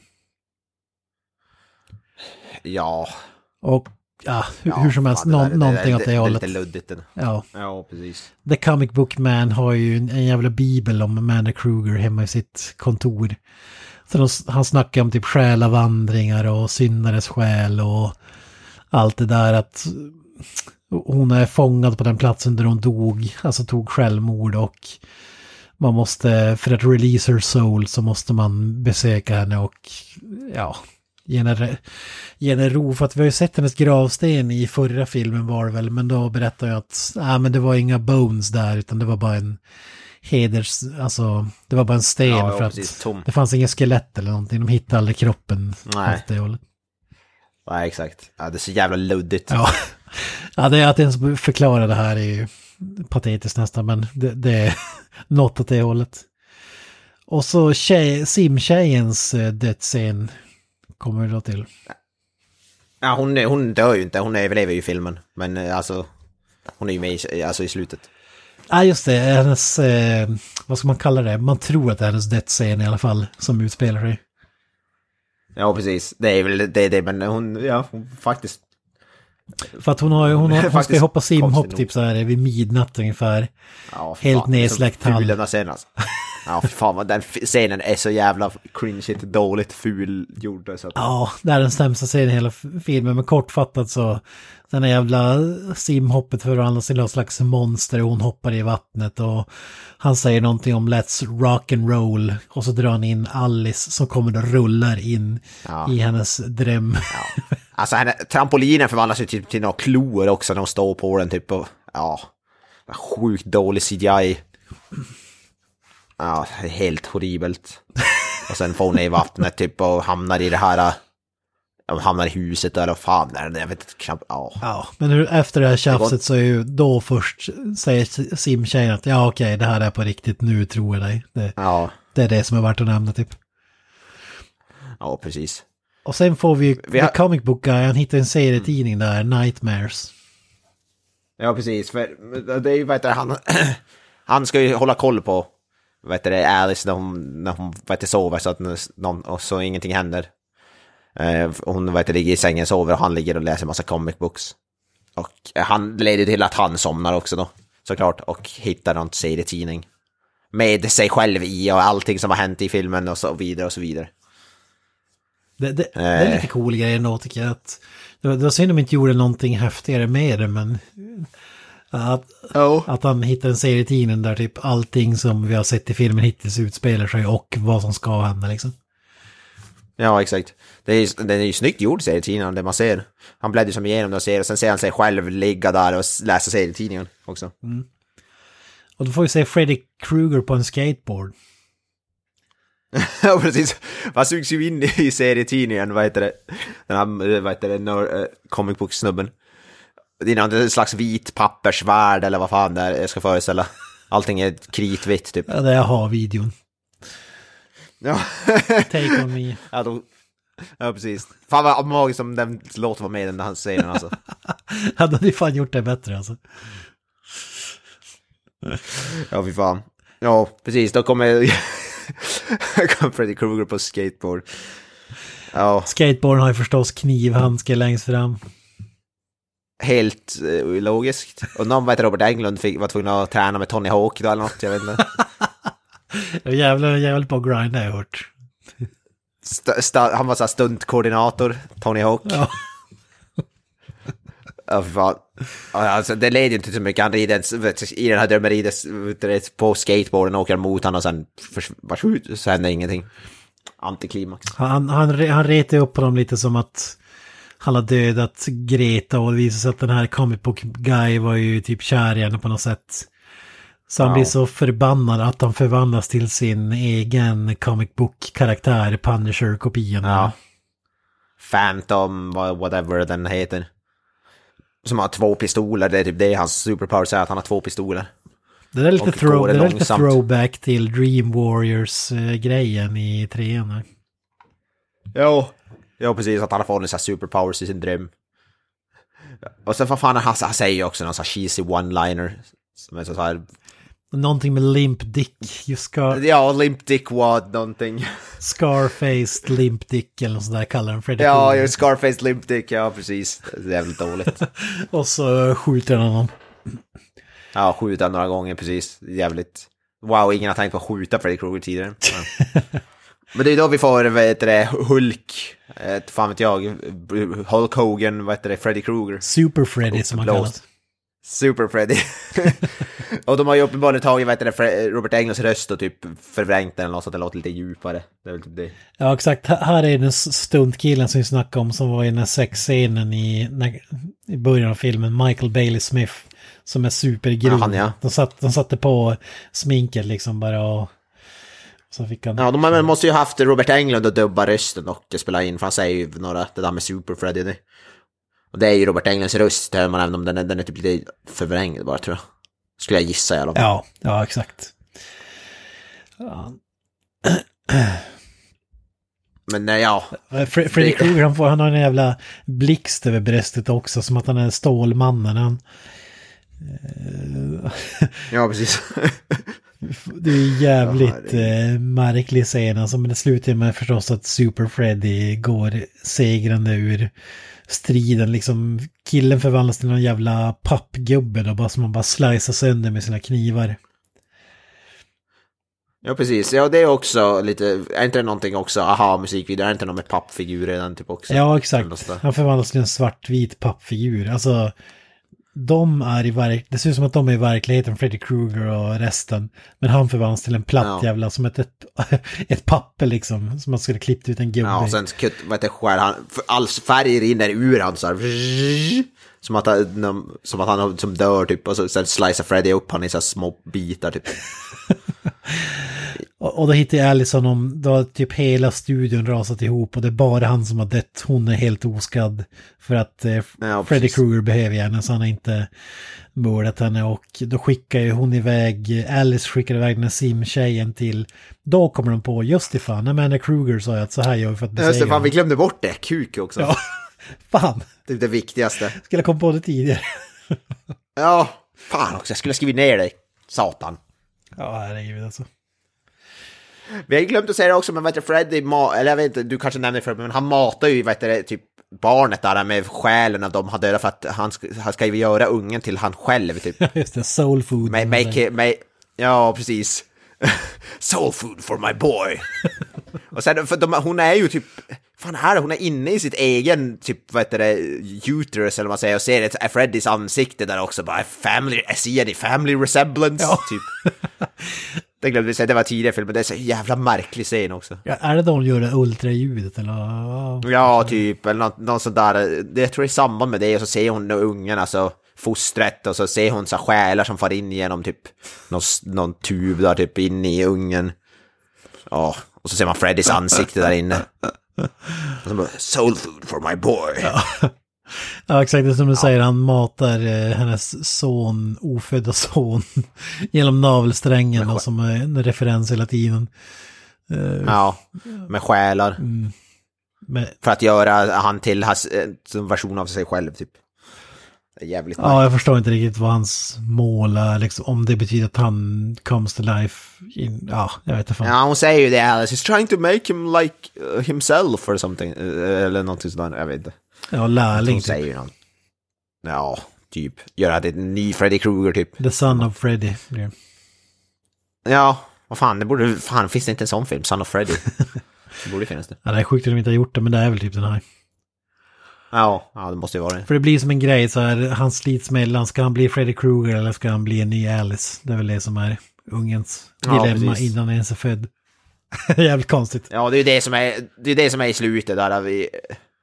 S2: Ja.
S3: Och ja, hur,
S2: ja,
S3: hur som helst,
S2: ja, det där,
S3: nå- någonting
S2: det,
S3: åt det
S2: det,
S3: hållet.
S2: Det är lite luddigt.
S3: Ja.
S2: Ja, precis.
S3: The Comic Book Man har ju en, en jävla bibel om Amanda Krueger hemma i sitt kontor. Så de, han snackar om typ själavandringar och syndares själ och allt det där att hon är fångad på den platsen där hon dog, alltså tog självmord och man måste, för att release her soul så måste man besöka henne och ja, ge henne, ge henne ro, för att vi har ju sett hennes gravsten i förra filmen var det väl, men då berättar jag att nej, men det var inga bones där utan det var bara en heders, alltså det var bara en sten
S2: Ja,
S3: för
S2: precis,
S3: att
S2: tom.
S3: det fanns ingen skelett eller någonting. De hittade aldrig kroppen.
S2: Nej.
S3: åt det hållet.
S2: Nej, exakt. Ja, det är så jävla luddigt.
S3: Ja. Ja, det är att ens förklara det här är ju patetiskt nästan, men det, det är något åt det hållet. Och så tjej, simtjejens eh, dödsscen kommer vi då till.
S2: Ja, hon, hon dör ju inte, hon överlever ju filmen. Men eh, alltså, hon är ju med i, alltså, i slutet.
S3: Ja, just det. Hennes, eh, vad ska man kalla det? Man tror att det är hennes dödsscen i alla fall som utspelar sig.
S2: Ja, precis. Det är väl det, det men hon, ja, hon faktiskt...
S3: För att hon, har, hon, har, hon ska ju hoppa simhopp
S2: konstigt
S3: typ så här vid midnatt ungefär.
S2: Ja,
S3: Helt nedsläckt
S2: hall.
S3: hall.
S2: Den scenen alltså. Ja, för fan vad den f- scenen är så jävla cringeigt dåligt ful gjord. Så att...
S3: Ja, det är den sämsta scenen i hela f- filmen. Men kortfattat så, den här jävla simhoppet förvandlas till någon slags monster och hon hoppar i vattnet och han säger någonting om let's rock and roll och så drar han in Alice som kommer och rullar in
S2: Ja.
S3: i hennes dröm.
S2: Ja. Alltså henne, trampolinen förvandlas ju till, till några klor också när hon står på den typ och, ja, sjukt dålig C G I. Ja, helt horribelt. Och sen får hon ner i vattnet typ och hamnar i det här, de hamnar i huset eller vad fan är det, jag vet inte knappt, ja.
S3: Ja, men hur, efter det här tjafset så är ju då först säger simtjejen att ja okej, det här är på riktigt, nu tror jag dig. Det,
S2: Ja,
S3: det är det som är värt att nämna typ.
S2: ja precis.
S3: Och sen får vi,
S2: Vi har-
S3: The Comic Book Guy, han hittar en serietidning där, Nightmares.
S2: Ja, precis, för det är ju, vad heter det, han, han ska ju hålla koll på, vad heter det, Alice när hon, när hon vad heter, sover så att någon, och så ingenting händer. Eh, hon vad heter, ligger i sängen, sover och han ligger och läser massa comic books. Och han leder till att han somnar också då, såklart, och hittar någon serietidning med sig själv i och allting som har hänt i filmen och så vidare och så vidare.
S3: Det, det, det är lite cool grej ändå tycker jag. Att, det, var, det var synd om inte gjorde någonting häftigare med det, men att,
S2: Oh.
S3: att han hittar en serietidning där typ allting som vi har sett i filmen hittills utspelar sig och vad som ska hända liksom.
S2: Ja, exakt. Det är, det är ju snyggt gjord serietidningen, det man ser. Han bläddrar som igenom det och ser, och sen ser han sig själv ligga där och läsa serietidningen också.
S3: Mm. Och då får vi se Freddy Krueger på en skateboard.
S2: Ja, precis. Man sugs ju in i serietidningen, vad heter det? Den här, vad heter det, nör, uh, comic book-snubben. Det är någon slags vit pappersvärld eller vad fan det är jag ska föreställa. Allting är kritvitt typ.
S3: Ja, det jag har videon.
S2: Ja.
S3: Take on me.
S2: Ja, då, ja, precis. Fan vad magiskt som den låter vara med i den här scenen alltså.
S3: Hade ni fan gjort det bättre alltså.
S2: Ja, fy fan. Ja, precis. Då kommer, kommer Freddy Krueger på skateboard. Ja.
S3: Skateboarden har ju förstås knivhandske längst fram.
S2: Helt eh, logiskt. Och någon, vad heter Robert Englund, fick, var tvungen att träna med Tony Hawk då eller något, jag vet inte.
S3: Jävlar, jävlar på grind har jag hört.
S2: St- st- han var så här stuntkoordinator, Tony Hawk.
S3: Ja.
S2: Ja, för fan. Alltså, det leder ju inte så mycket. Han rider i den här drömmerides på skateboarden och åker mot han och sen förs- så händer ingenting. Antiklimax.
S3: Han, han, han retar upp på dem lite som att han har dödat Greta och det visar sig att den här comic book guy var ju typ kär i henne på något sätt. Så han
S2: Ja.
S3: blir så förbannad att han förvandlas till sin egen comic book-karaktär, Punisher-kopian.
S2: Ja. Phantom, whatever den heter. Som har två pistoler, det är typ det hans superpower säger, att han har två pistoler.
S3: Det är lite,
S2: Och
S3: throw,
S2: går
S3: det
S2: det
S3: är lite
S2: långsamt.
S3: throwback till Dream Warriors-grejen i trean. här.
S2: Jo. Ja, precis, att han har fått en sån här superpowers i sin dröm. Och sen vad fan han, han säger ju också någon sån här cheesy one-liner. Som är så här...
S3: Någonting med Limp Dick. You scar,
S2: Ja, Limp Dick Wad någonting.
S3: Scarfaced Limp Dick eller något sånt där kallar de Freddy
S2: Ja,
S3: Krueger.
S2: Scarface Limp Dick, ja precis. Det är jävligt dåligt.
S3: Och så skjuter han honom.
S2: Ja, skjuta några gånger, precis. Jävligt. Wow, ingen har tänkt på att skjuta Freddy Krueger tidigare. Men, men det är då vi får, vad heter det, Hulk. Eh, fan vet jag. Hulk Hogan, vad heter det, Freddy Krueger.
S3: Super Freddy som han
S2: Blåst.
S3: kallas.
S2: Super Freddy. Och de har ju uppenbarligen tagit, vad heter det, Fre- Robert Englunds röst och typ förvrängt den eller något så att det låter lite djupare. Det är väl typ det.
S3: Ja, exakt. H- Här är den stuntkillen som vi snackade om som var i den här sexscenen i, när, i början av filmen. Michael Bailey Smith. som är supergrov.
S2: Ja, han, ja.
S3: De, satt, de satte på sminket liksom bara och så fick han...
S2: Ja, de man måste ju haft Robert Englund och dubba rösten och spela in, för han säger ju några, det där med Super Freddy nu. Och det är ju Robert Englunds röst, hör man, även om den är, den är typ lite förvrängd bara, tror jag. Skulle jag gissa i alla fall.
S3: Ja, ja, exakt. Ja.
S2: Men nej, ja.
S3: Fre- Freddy Krueger, han, får, han har en jävla blixt över bröstet också, som att han är Stålmannen. Han...
S2: Ja, precis.
S3: Det är jävligt eh, märklig scen, alltså, men det slutar med förstås att Super Freddy går segrande ur striden. Liksom, killen förvandlas till någon jävla pappgubbe då, bara som man bara slicear sönder med sina knivar.
S2: Ja, precis. Ja, det är också lite, är inte det någonting också, aha, musikvideo, är inte någon med pappfigurer den typ också?
S3: Ja, exakt. Han förvandlas till en svartvit pappfigur. Alltså, de är i verk... det ser ut som att de är i verkligheten, Freddy Krueger och resten. Men han förvandlas till en platt ja. jävla, som ett, ett, ett papper liksom, som man skulle klippt ut en gubbe.
S2: Ja, och sen kutt, vad heter skär han, all färg rinner ur han så här, som att han, som att han som dör typ, och så, sen slicear Freddy upp han i så här små bitar typ.
S3: och, och då hittar jag Allison om, då har typ hela studion rasat ihop och det är bara han som har dött. Hon är helt oskadd för att eh, ja, Freddy Krueger behöver henne, så han har inte mördat henne. Och då skickar ju hon iväg, Alice skickar iväg den här simtjejen till, då kommer de på, just det fan, Amanda Krueger sa jag att så här gör vi för att besegra.
S2: Just det, fan, vi glömde bort det, kuk också.
S3: Ja, fan.
S2: Det är det viktigaste.
S3: Skulle jag komma på det tidigare.
S2: Ja, fan också, jag skulle skriva ner dig, satan.
S3: Ja, herregud alltså.
S2: Vi har glömt att säga det också, men vet du, Freddy, ma- eller jag vet inte, du kanske nämnde det förut, men han matar ju, vet du, typ barnet där med själen av de har dödat för att han ska, han ska ju göra ungen till han själv, typ.
S3: Just det, soul food.
S2: Make, make, make, ja, precis. Soul food for my boy. Och sen, för de, hon är ju typ, fan här, hon är inne i sitt egen, typ, vad heter det, uterus, eller vad man säger, och ser ett Freddys ansikte där också, bara, family, jag ser det, family resemblance, ja. Typ. Det glömde vi säga, det var tidigare film, men det är så jävla märklig scen också.
S3: Ja, är det då de gör det ultraljudet eller?
S2: Ja, typ, eller något, något sånt där, det tror jag i samband med det, och så ser hon ungen, alltså fostret, och så ser hon så själar som far in genom typ någon, någon tub där typ in i ungen. Ja, och så ser man Freddys ansikte där inne. Och så bara, soul food for my boy.
S3: Ja, ja exakt, det som du ja. säger, han matar eh, hennes son, ofödda son genom navelsträngen och som är en referens hela tiden. Uh,
S2: ja, med själar.
S3: Mm, med...
S2: För att göra han till hans, en version av sig själv typ. Det är jävligt
S3: ja, nice. Jag förstår inte riktigt vad hans mål är, liksom, om det betyder att han comes to life in, ja, jag vet inte fan.
S2: Ja, hon säger ju det, Alice, he's trying to make him like uh, himself or something, uh, eller någonting sådär, jag vet inte.
S3: Ja, lärling
S2: typ. Säger han. Ja, typ, göra det en ny Freddy Krueger typ.
S3: The son of Freddy. Yeah.
S2: Ja, vad fan, det borde, fan, finns det inte en sån film, Son of Freddy? Det borde finnas det.
S3: Ja, det är sjukt att de inte har gjort det, men det är väl typ den här.
S2: Ja, ja, det måste ju vara det.
S3: För det blir som en grej så här, han slits mellan, ska han bli Freddy Krueger eller ska han bli en ny Alice? Det är väl det som är ungens dilemma, ja, innan han ens är född. Jävligt konstigt.
S2: Ja, det är ju det som är, det är det som är i slutet där, där vi...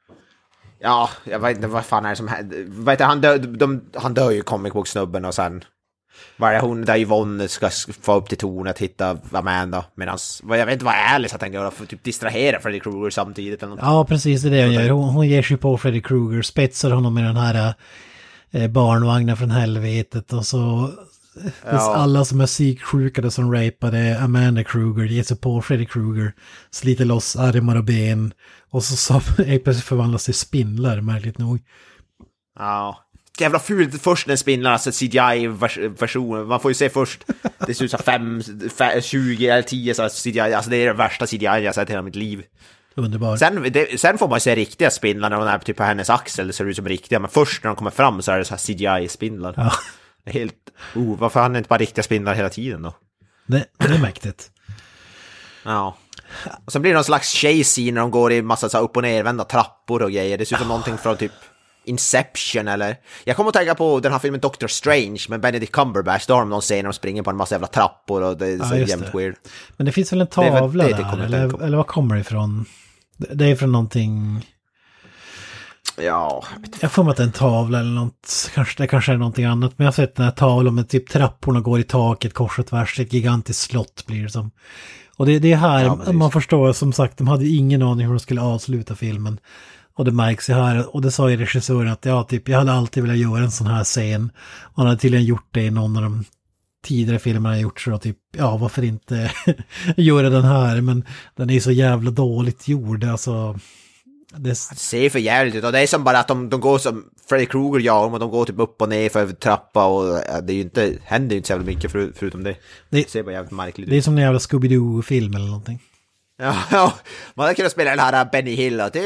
S2: Ja, jag vet inte vad fan är det som händer. Vet du, han dör, de, han dör ju comic book snubben och sen var det hon där Yvonne ska få upp till tornet, hitta Amanda, medans, jag vet inte vad Alice har tänkt göra, för typ distrahera Freddy Krueger samtidigt eller något.
S3: Ja, precis, det är det hon gör. Hon, hon ger sig på Freddy Krueger, spetsar honom med den här eh, barnvagnen från helvetet, och så ja. Alla som är psyksjukade som rapade Amanda Krueger ger sig på Freddy Krueger, sliter loss armar och ben, och så, så plötsligt förvandlas till spindlar, märkligt nog.
S2: Ja, jävla fult först när spindlarna, alltså C G I-versionen, man får ju se först, det ser ut som fem, tjugo eller tio så C G I, alltså det är det värsta C G I jag sett i hela mitt liv.
S3: Underbart.
S2: Sen, det, sen får man se riktiga spindlar när de är typ på hennes axel, det ser ut som riktiga, men först när de kommer fram så är det så här C G I-spindlar. Ja. Det är helt, oh, varför har han inte bara riktiga spindlar hela tiden då?
S3: Det, det är mäktigt.
S2: Ja. Och så blir det någon slags chase när de går i massa så upp- och nervända trappor och grejer. Det ser ut som oh. någonting från typ Inception eller... Jag kommer att tänka på den här filmen Doctor Strange med Benedict Cumberbatch. Då har de någon scen när de springer på en massa jävla trappor och det är så ja, jävligt weird.
S3: Men det finns väl en tavla det, det, det där? Eller, eller vad kommer det ifrån? Det är från någonting...
S2: Ja,
S3: jag får mig att det är en tavla eller något. Kanske, det kanske är någonting annat. Men jag har sett den här tavlan med typ trapporna går i taket, kors och tvärs. Ett gigantiskt slott blir det som. Och det, det är här ja, man förstår, som sagt, de hade ingen aning hur de skulle avsluta filmen. Och det märks ju här. Och det sa ju regissören att ja, typ, jag hade alltid velat göra en sån här scen. Och han hade tydligen gjort det i någon av de tidigare filmerna jag gjort. Så då, typ, ja, varför inte göra den här? Men den är så jävla dåligt gjord, alltså. Det
S2: ser för jävligt ut och det är som bara att de, de går som Freddy Krueger gör och de går typ upp och ner för trappa och det är ju inte, händer ju inte så jävla mycket för, förutom det. Det, det ser bara jävligt märkligt ut.
S3: Det är som en jävla Scooby-Doo-film eller någonting.
S2: Ja, ja, man hade kunnat spela den här Benny Hill och...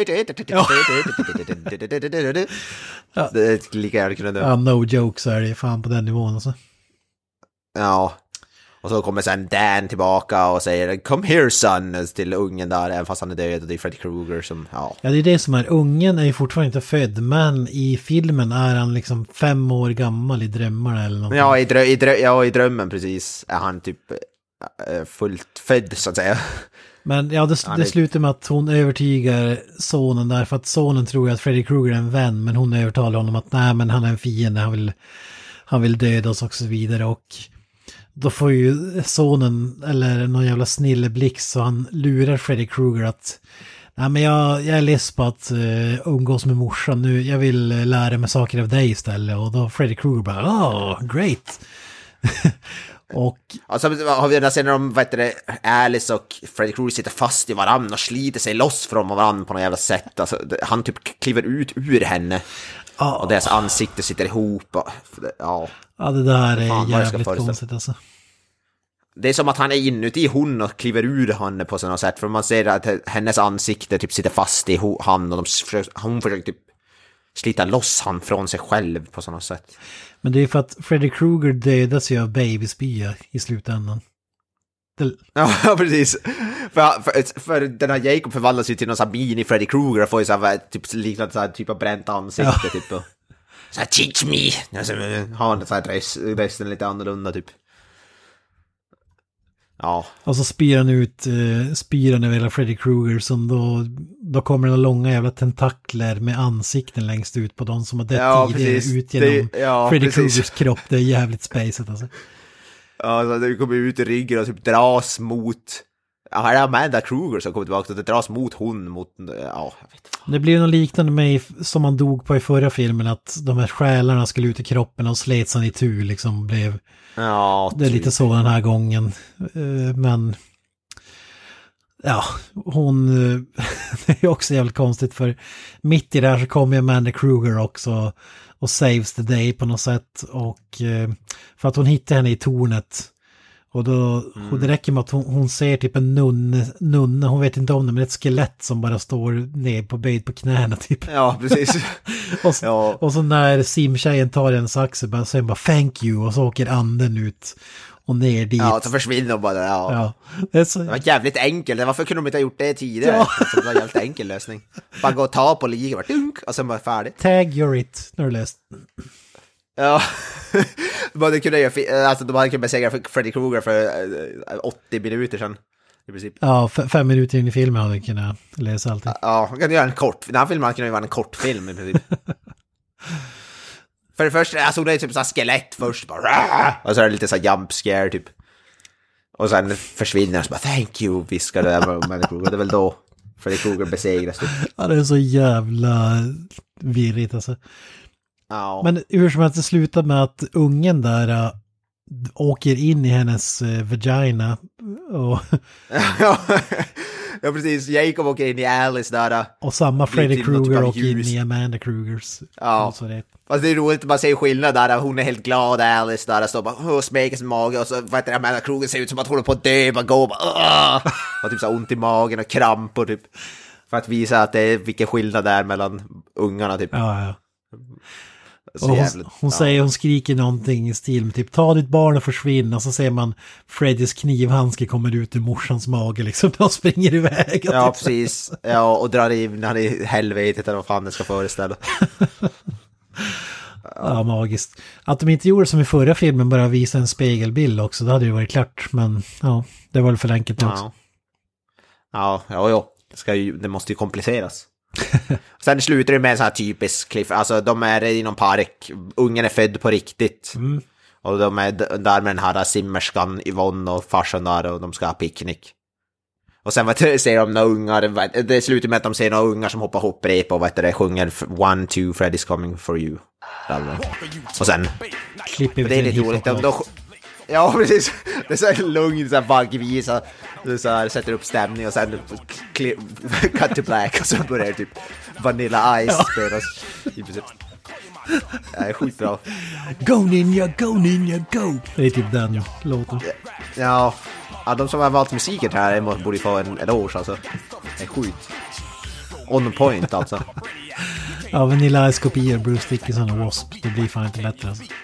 S2: Ja. Det är lika gärna kunna dö.
S3: Ja, no joke så är det fan på den nivån alltså.
S2: Ja. Och så kommer sen Dan tillbaka och säger come here son till ungen där, även fast han är död och det är Freddy Krueger som, ja.
S3: Ja, det är det som är, ungen är ju fortfarande inte född, men i filmen är han liksom fem år gammal i drömmarna eller något.
S2: Ja, i, drö- i, drö- ja, i drömmen precis är han typ äh, fullt född så att säga.
S3: Men ja, det, det slutar med att hon övertygar sonen där, för att sonen tror att Freddy Krueger är en vän, men hon övertalar honom att nej, men han är en fiende, han vill, han vill döda oss och så vidare. Och då får ju sonen, eller någon jävla snilleblixt, så han lurar Freddy Krueger att nej, men jag, jag är less på att uh, umgås med morsan nu, jag vill uh, lära mig saker av dig istället. Och då Freddy Krueger bara, oh, great. Och
S2: alltså har vi den scenen om, vad heter det, Alice och Freddy Krueger sitter fast i varann och sliter sig loss från varann på något jävla sätt. Alltså, det, han typ kliver ut ur henne. Oh. Och deras ansikte sitter ihop och, ja.
S3: Ja, det där är fan, jävligt konstigt alltså.
S2: Det är som att han är inuti hon och kliver ur henne på sådant sätt. För man ser att hennes ansikte typ sitter fast i han och de försöker, hon försöker typ slita loss han från sig själv på sådant sätt.
S3: Men det är för att Freddy Krueger dödas ju av babyspya i slutändan. Det...
S2: Ja, precis. För, för, för den här Jacob förvandlas ju till någon sån här mini Freddy Krueger och får ju så här, typ liknande så här, typ av bränt ansikte ja. Typ. Och, så här, teach me! Alltså, har han så här dress, resten lite annorlunda typ. Ja.
S3: Och så spyr han ut uh, spyr han över hela Freddy Krueger som då, då kommer det långa jävla tentakler med ansikten längst ut på de som har dött ja, tidigare ut genom det, ja, Freddy Kruegers kropp. Det är jävligt spacet alltså.
S2: Ja, så det kommer ut i ryggen och typ dras mot, ja, här är Amanda Krueger som kommer tillbaka och det dras mot hon mot, ja, jag vet inte.
S3: Det blir något liknande med som man dog på i förra filmen, att de här själarna skulle ut i kroppen och slets han i tur liksom blev.
S2: Ja,
S3: det är lite så den här gången. Men ja, hon det är också jävligt konstigt, för mitt i det här så kommer Amanda Krueger också och saves the day på något sätt, och för att hon hittar henne i tornet. Och då mm. och det räcker med att hon, hon ser typ en nunne, nunne, hon vet inte om det, men ett skelett som bara står ner på böjd på knäna typ.
S2: Ja, precis.
S3: och, så, ja. och så när simtjejen tar en sax bara säger bara thank you, och så åker anden ut och ner dit.
S2: Ja, så försvinner de bara. Ja.
S3: Ja. Det, är så...
S2: det var jävligt enkelt. Varför kunde de inte ha gjort det tidigare? Ja. Det var en jävligt enkel lösning. Bara gå och ta på ligan, bara dunk, och sen var det färdigt.
S3: Tag your it, när du läst.
S2: Ja, de hade kunnat göra, alltså de hade kunnat besegra Freddy Krueger för åttio minuter sedan i princip.
S3: Ja, f- fem minuter in i filmen hade jag kunnat läsa allting.
S2: Ja, man kan göra en kort, den här filmen kan ju vara en kortfilm i princip. För det första, jag såg det typ såhär skelett först, bara, och så är det lite såhär jump scare typ. Och sen försvinner och så bara thank you, viskar det med Freddy Krueger. Det är väl då Freddy Krueger besegras typ.
S3: Ja, det är så jävla virrigt alltså.
S2: Ja.
S3: Men hur som helst, det slutar med att ungen där äh, åker in i hennes äh, vagina. Och
S2: ja, precis. Jacob åker in i Alice där. Äh,
S3: och samma Freddy Krueger åker in i Amanda Krugers.
S2: Ja.
S3: Det.
S2: Fast det är roligt att man ser skillnad där. Hon är helt glad, Alice där. Står bara och smeker sin mage. Och så vet du, Amanda Krueger ser ut som att hon är på att dö. Bara går och bara och typ så ont i magen och krampor typ. För att visa att det är vilken skillnad det är mellan ungarna typ.
S3: Ja, ja. Hon, jävligt, hon ja. säger, hon skriker någonting i stil med typ ta ditt barn och försvinna, och så ser man Freddys knivhandske kommer ut ur morsans mage liksom, och springer iväg.
S2: Ja,
S3: typ.
S2: precis. Ja, och drar in han i helvetet eller vad fan det ska föreställa.
S3: Ja. Ja, magiskt. Att de inte gjorde som i förra filmen, bara visa en spegelbild också, det hade ju varit klart, men ja, det var väl för enkelt
S2: ja.
S3: också.
S2: Ja, ja, ja. Det, ska ju, det måste ju kompliceras. Sen slutar det med en sån här typisk cliff. Alltså de är i någon park. Ungen är född på riktigt. Mm. Och de är där med den här simmerskan Yvonne och farsan där och de ska ha picknick. Och sen vad ser de några ungar. Det slutar med att de ser några ungar som hoppar hopprep och vad heter det, sjunger one, two, Freddy's coming for you. Och sen
S3: klipper vi
S2: det är lite roligt. De, de, ja, precis. Det är så här lugnt, så här vaggvis. Så här, sätter upp stämning och sen cut to black och så börjar det typ Vanilla Ice spelas. Det är skitbra.
S3: Go Ninja, go Ninja, go! Det är typ den låten.
S2: Ja, ja de som har valt musiken här borde få en, en års alltså. Det är sjukt. On point alltså.
S3: Ja, Vanilla Ice kopior Bruce Dickinson och W.A.S.P. Det blir fan inte bättre alltså.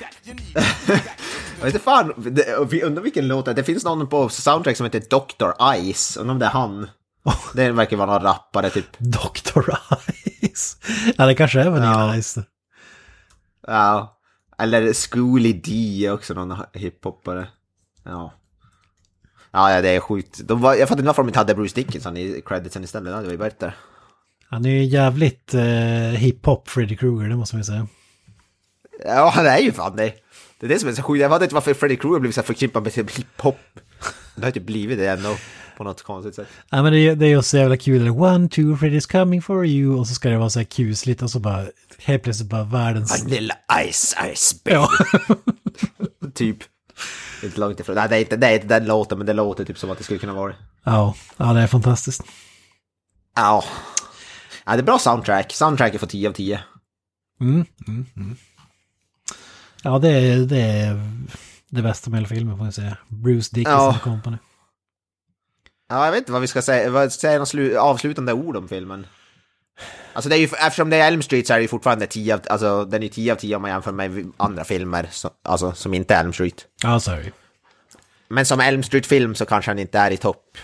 S2: Jag vet inte fan, vi undrar vilken låt det är. Det finns någon på soundtrack som heter doktor Ice. Undrar om det är han. Oh. Det verkar vara någon rappare typ.
S3: doktor Ice. Ja, det kanske är Vanilla
S2: ja.
S3: Ice.
S2: Ja. Eller Schooly D också, någon hiphoppare. Ja. Ja, ja, det är sjukt. De var, jag fattar inte varför de inte hade Bruce Dickinson i creditsen istället. Det var ju bättre.
S3: Han är ju jävligt eh, hiphop Freddy Krueger, det måste man ju säga.
S2: Ja, han är ju fan det. Det är det som är så sjukt. Jag vet inte varför Freddy Krueger blev så förknippad med hiphop. Det har inte blivit det ändå på något konstigt sätt.
S3: Ja, men det, det är ju så jävla kul. One, two, Freddy's coming for you. Och så ska det vara så här kusligt och så bara helt plötsligt bara världens...
S2: Vanilla Ice Ice baby. Ja. Typ. Inte långt ifrån. Nej, det är inte, det är inte den låten, men det låter typ som att det skulle kunna vara.
S3: Ja, ja, det är fantastiskt.
S2: Ja. Ja, det är bra soundtrack. Soundtracket får tio av tio.
S3: Mm, mm, mm. Ja, det är, det är det bästa med hela filmen får jag säga. Bruce Dickinson
S2: ja.
S3: och company.
S2: Ja, jag vet inte vad vi ska säga. Vad ska säga någon slu- avslutande ord om filmen? Alltså det är ju, eftersom det är Elm Street så är det ju fortfarande tio av, alltså den är tio av tio om man jämför med andra filmer så, alltså, som inte är Elm Street.
S3: Ja, sorry.
S2: Men som Elm Street-film så kanske han inte är i topp.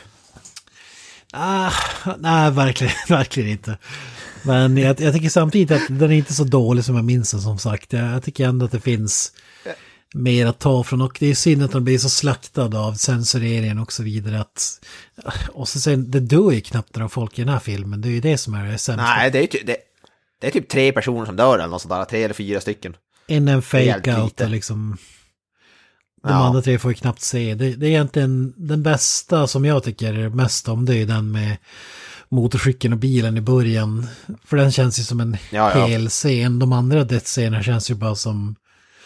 S3: Ah, nej, verkligen, verkligen inte. Men jag, jag tycker samtidigt att den är inte så dålig som jag minns den, som sagt. Jag, jag tycker ändå att det finns mer att ta från, och det är synd att den blir så slaktad av censureringen och så vidare att, och så sen, det dör ju knappt några folk i den här filmen, det är ju det som är det sämsta.
S2: Nej, det är, ty- det, det är typ tre personer som dör eller något sådär, tre eller fyra stycken.
S3: In en fake out och liksom de ja. andra tre får ju knappt se. Det, det är egentligen den bästa som jag tycker mest om, det är den med motorcykeln och bilen i början. För den känns ju som en ja, ja. hel scen. De andra dödsscenerna känns ju bara som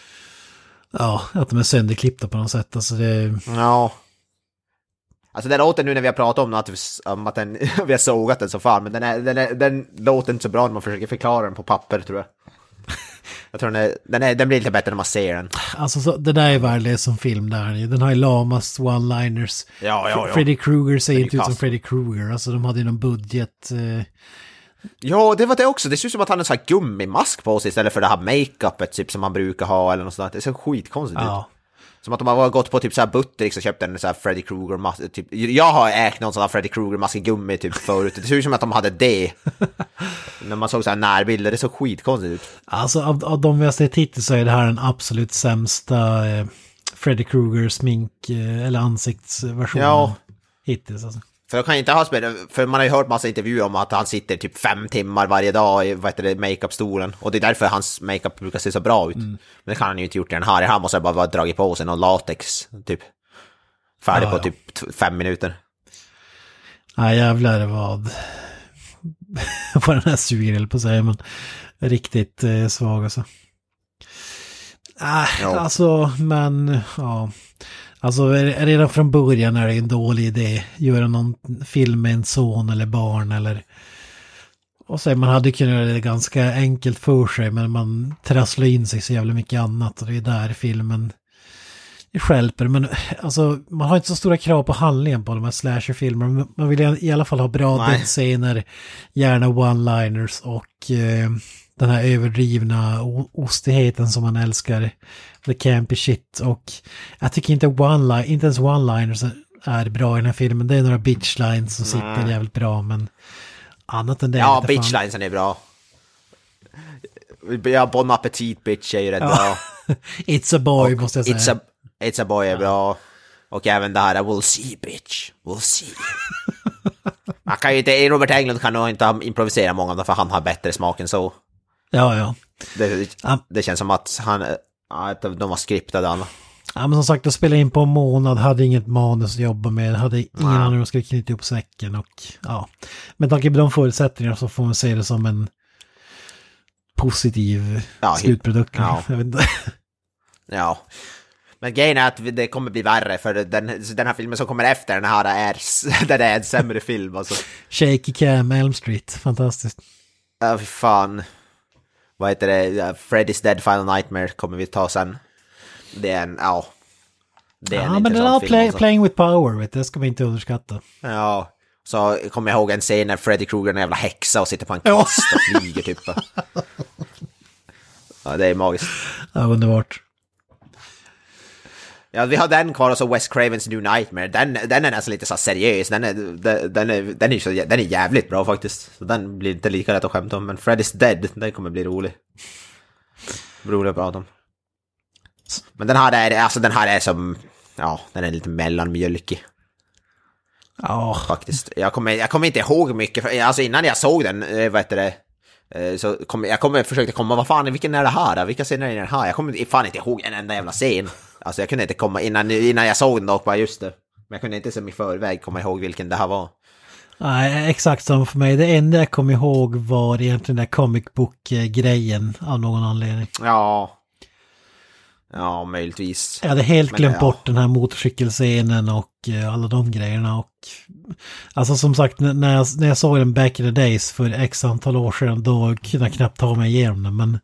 S3: ja, att de är sönderklippta på något sätt. Alltså det...
S2: Ja. Alltså den låten nu när vi har pratat om att, om att den, vi har sågat den så fan, men den, är, den, är, den låter inte så bra när man försöker förklara den på papper, tror jag. Jag tror den, är, den, är, den blir lite bättre när man ser den.
S3: Alltså så, det där är värdelös som film där. Den har ju lamas one-liners.
S2: Ja, ja, ja.
S3: Freddy Krueger ser inte ut som Freddy Krueger. Alltså de hade ju någon budget... Eh...
S2: Ja, det var det också. Det ser ut som att han har en sån här gummimask på sig istället för det här make-upet typ, som man brukar ha eller något sånt. Det ser skitkonstigt
S3: ja.
S2: ut. Som att de har gått på typ så här Buttericks och köpt en sån här Freddy Krueger-mask. Typ. Jag har ägt någon sån här Freddy Krueger-mask i gummi typ förut. Det ser ut som att de hade det. När man såg så här närbilder, det såg skitkonstigt ut.
S3: Alltså av, av de vi har sett hittills så är det här den absolut sämsta eh, Freddy Krueger-smink eh, eller ansiktsversionen
S2: ja.
S3: hittills. Alltså.
S2: För jag kan inte ha spelat, för man har ju hört massa intervjuer om att han sitter typ fem timmar varje dag i vad heter det, make-up-stolen. Och det är därför hans make-up brukar se så bra ut. Mm. Men det kan han ju inte gjort i den här. Han måste bara vara dragit på sig någon latex, typ. Färdig ja, på ja. typ fem minuter.
S3: Ja, jävlar vad vad den här suger på sig, men riktigt eh, svag alltså. Äh, ja. Alltså, men ja... Alltså redan från början är det en dålig idé. Göra någon film med en son eller barn eller... Och så man hade kunnat göra det ganska enkelt för sig, men man trasslar in sig så jävla mycket annat och det är där filmen stjälper. Men alltså man har inte så stora krav på handlingen på de här slasherfilmerna. Man vill i alla fall ha bra dödsscener, gärna one-liners och eh, den här överdrivna ostigheten som man älskar. The campy shit, och jag tycker inte one inte ens one-liners är bra i den här filmen. Det är några bitch lines som sitter mm. jävligt bra, men annat än det.
S2: Ja, bitch linesen är bra. Ja, bon appetit bitch är ju rätt ja. bra.
S3: It's a boy, och måste jag säga.
S2: It's a, it's a boy är ja. bra. Och även det här, we'll see bitch, we'll see. Man kan ju inte, Robert Englund kan nog inte improvisera många av dem, för han har bättre smak än så.
S3: Ja, ja.
S2: Det, det känns som att han, att de var skriptade alla.
S3: Ja, men som sagt, jag spelade in på en månad, hade inget manus att jobba med, hade ingen
S2: ja.
S3: aning om jag skulle knyta upp säcken och ja. Men tack på de förutsättningarna så får man se det som en positiv ja, slutprodukt.
S2: Ja.
S3: Jag vet inte.
S2: Ja. Men grejen är att det kommer bli värre, för den, den här filmen som kommer efter den här är, den är en sämre film. Alltså.
S3: Shaky Cam, Elm Street, fantastiskt.
S2: Ja, fy fan. Vad heter det? Freddy's Dead Final Nightmare kommer vi ta sen. Det är en, ja. Det är
S3: ja,
S2: en
S3: men den har
S2: film,
S3: play,
S2: alltså.
S3: Playing with power, vet du, det ska man inte underskatta.
S2: Ja, så kommer jag ihåg en scen när Freddy Krueger är en jävla häxa och sitter på en kvast och flyger typ. Ja, det är magiskt.
S3: Ja, underbart.
S2: Ja, vi har den kvar och så Wes Cravens New Nightmare. Den, den är nästan lite så seriös. Den är, den, den är, den är, så, den är jävligt bra faktiskt. Så den blir inte lika lätt att skämta om. Men Freddy's Dead, den kommer bli rolig. Rolig att prata om. Men den här är, alltså den här är som, ja, den är lite mellanmjölkig.
S3: Ja.
S2: Faktiskt. Jag kommer, jag kommer inte ihåg mycket. För, alltså innan jag såg den, vad heter det, så kom, jag kommer försökte komma, vad fan, vilken är det här? Vilka scener är det här? Jag kommer fan inte ihåg en enda jävla scen. Alltså jag kunde inte komma, innan, innan jag såg den och bara just det. Men jag kunde inte som i förväg komma ihåg vilken det här var.
S3: Nej, exakt som för mig. Det enda jag kom ihåg var egentligen den där comic book-grejen av någon anledning.
S2: Ja. Ja, möjligtvis.
S3: Jag hade helt glömt
S2: Men, ja.
S3: bort den här motorcykelscenen och uh, alla de grejerna. Och, alltså som sagt, när jag, när jag såg den back in the days för x antal år sedan, då kunde jag knappt ta mig igenom den. Men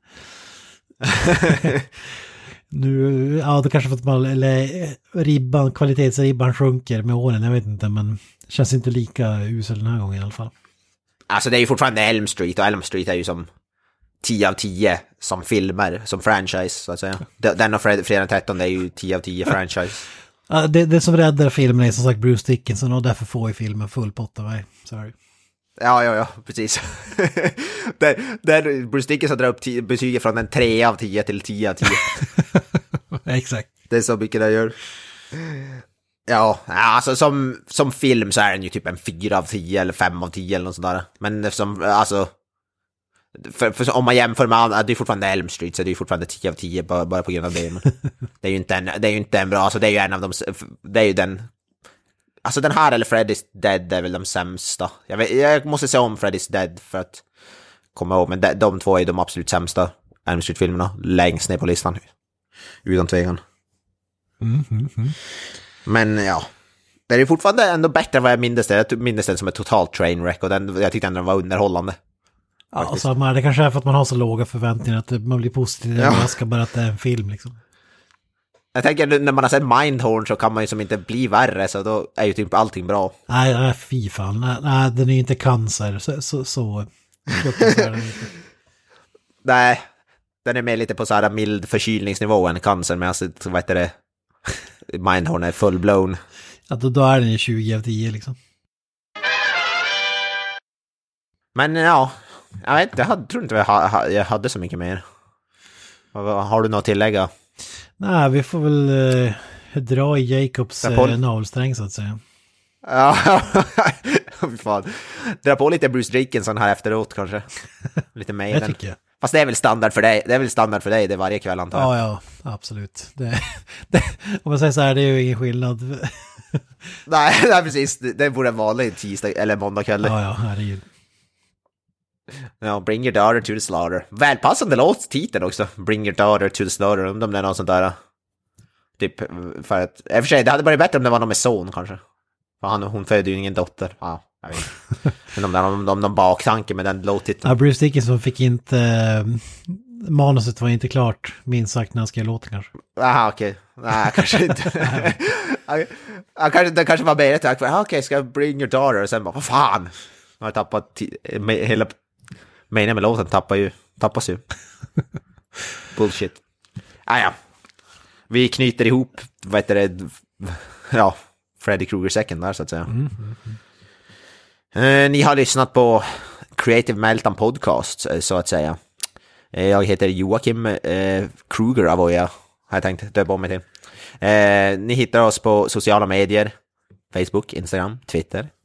S3: nu, ja, då kanske för att man, eller ribban, kvalitetsribban sjunker med åren, jag vet inte, men det känns inte lika usel den här gången i alla fall.
S2: Alltså det är ju fortfarande Elm Street, och Elm Street är ju som tio av tio som filmer, som franchise så att säga. Den och Fredag den trettonde är ju tio av tio franchise.
S3: Ja, det, det som räddar filmen är som sagt Bruce Dickinson, och därför får ju filmen full pott av mig. Sorry.
S2: Ja, ja, ja, precis. där, där Bruce Dickinson drar upp t- betyget från en tre av tio till tio av tio.
S3: Exakt.
S2: Det är så mycket det gör. Ja, alltså som, som film så är den ju typ en fyra av tio eller fem av tio eller något sådär. Men som, alltså, för, för om man jämför med andra, det är fortfarande Elm Street, så det är ju fortfarande tio av tio bara, bara på grund av det. Men det är ju inte en, det är ju inte en bra, alltså det är ju en av de, det är ju den, alltså den här eller Freddy's Dead är väl de sämsta. Jag, vet, jag måste se om Freddy's Dead för att komma ihåg, men de, de två är de absolut sämsta Elm Street-filmerna, längst ner på listan. Utan tvekan.
S3: Mm, mm, mm.
S2: Men ja, det är ju fortfarande ändå bättre än vad jag minns det. Jag minns den som ett totalt trainwreck, och den, jag tyckte ändå den var underhållande.
S3: Ja, alltså, det kanske är för att man har så låga förväntningar att man blir positiv. Ja. Jag ska bara att det är en film liksom.
S2: Jag tänker när man har sett Mindhorn så kan man ju som inte bli värre, så då är ju typ allting bra.
S3: Nej, nej fy fan. Nej, nej, den är ju inte cancer. Så, så, så.
S2: Nej, den är mer lite på så här mild förkylningsnivå än cancer, men alltså, vad heter det? Mindhorn är full-blown.
S3: Ja, då, då är den ju tjugo av tio liksom.
S2: Men ja, jag vet inte, jag hade, tror inte jag, ha, jag hade så mycket mer. Har du något att tillägga?
S3: Nej, vi får väl eh, dra i Jacobs eh, navelsträng så att säga.
S2: Ja, fan. Dra på lite Bruce Dickinson här efteråt kanske. Lite mer.
S3: Det tycker jag.
S2: Fast det är väl standard för dig. Det är väl standard för dig det varje kväll antar jag.
S3: Ja, ja, absolut. Det, det, om man säger så här, det är ju ingen skillnad.
S2: nej, nej, precis. Det, det borde en vanlig tisdag eller måndag kväll.
S3: Ja, ja, herregud.
S2: Ja, Bring Your Daughter to the Slaughter. Välpassande låttiteln också. Bring Your Daughter to the Slaughter. Om det är något sånt där. Typ, för att... I och för sig, det hade varit bättre om det var någon med son kanske. För han, hon födde ju ingen dotter. Ja, jag vet inte. Men om det är någon, någon, någon baktanke med den låttiteln.
S3: Ja, Bruce Dickinson fick inte... Äh, manuset var inte klart, minst sagt, när han skrev låten kanske.
S2: Aha, okej. Okay. Nej, kanske inte. Han kanske, det kanske var mer ett okej, okay, ska jag Bring Your Daughter? Och sen bara, vad fan? Jag har tappat t- med, hela meningen med låten tappar ju, tappas ju. Bullshit. Ah, ja. Vi knyter ihop, vad heter det, ja, Freddy Krueger-säcken där så att säga. Mm, mm, mm. Eh, ni har lyssnat på Creative Meltdown Podcast så att säga. Eh, jag heter Joakim eh, Kruger Avoya, har jag tänkt döpa om mig till. Eh, ni hittar oss på sociala medier, Facebook, Instagram, Twitter.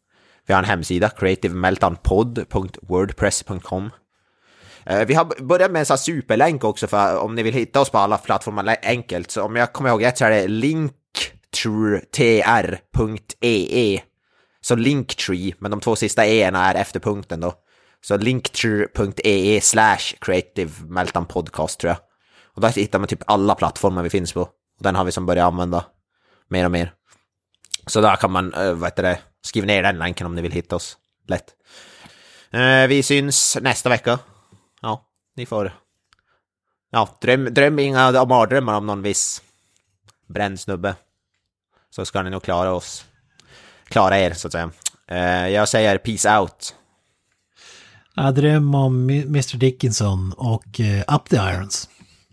S2: Vi har en hemsida, creative meltdown pod dot wordpress dot com. Uh, vi har börjat med en sån här superlänk också för om ni vill hitta oss på alla plattformar enkelt. Så om jag kommer ihåg rätt så är det linktr punkt ee. Så linktree, men de två sista e-erna är efter punkten då. Så linktree punkt ee slash creative meltdown podcast tror jag. Och där hittar man typ alla plattformar vi finns på. Och den har vi som börjar använda mer och mer. Så där kan man, uh, vad heter det, skriva ner den länken om ni vill hitta oss. Lätt. Uh, vi syns nästa vecka. Ja, ni får... Ja, dröm, dröm inga mardrömmar om någon viss brännsnubbe. Så ska ni nog klara oss. Klara er, så att säga. Uh, jag säger peace out.
S3: Jag drömmer om mister Dickinson och uh, Up the Irons.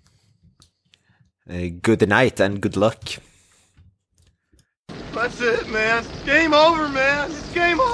S2: Uh, good night and good luck.
S1: That's it, man. Game over, man. It's game over.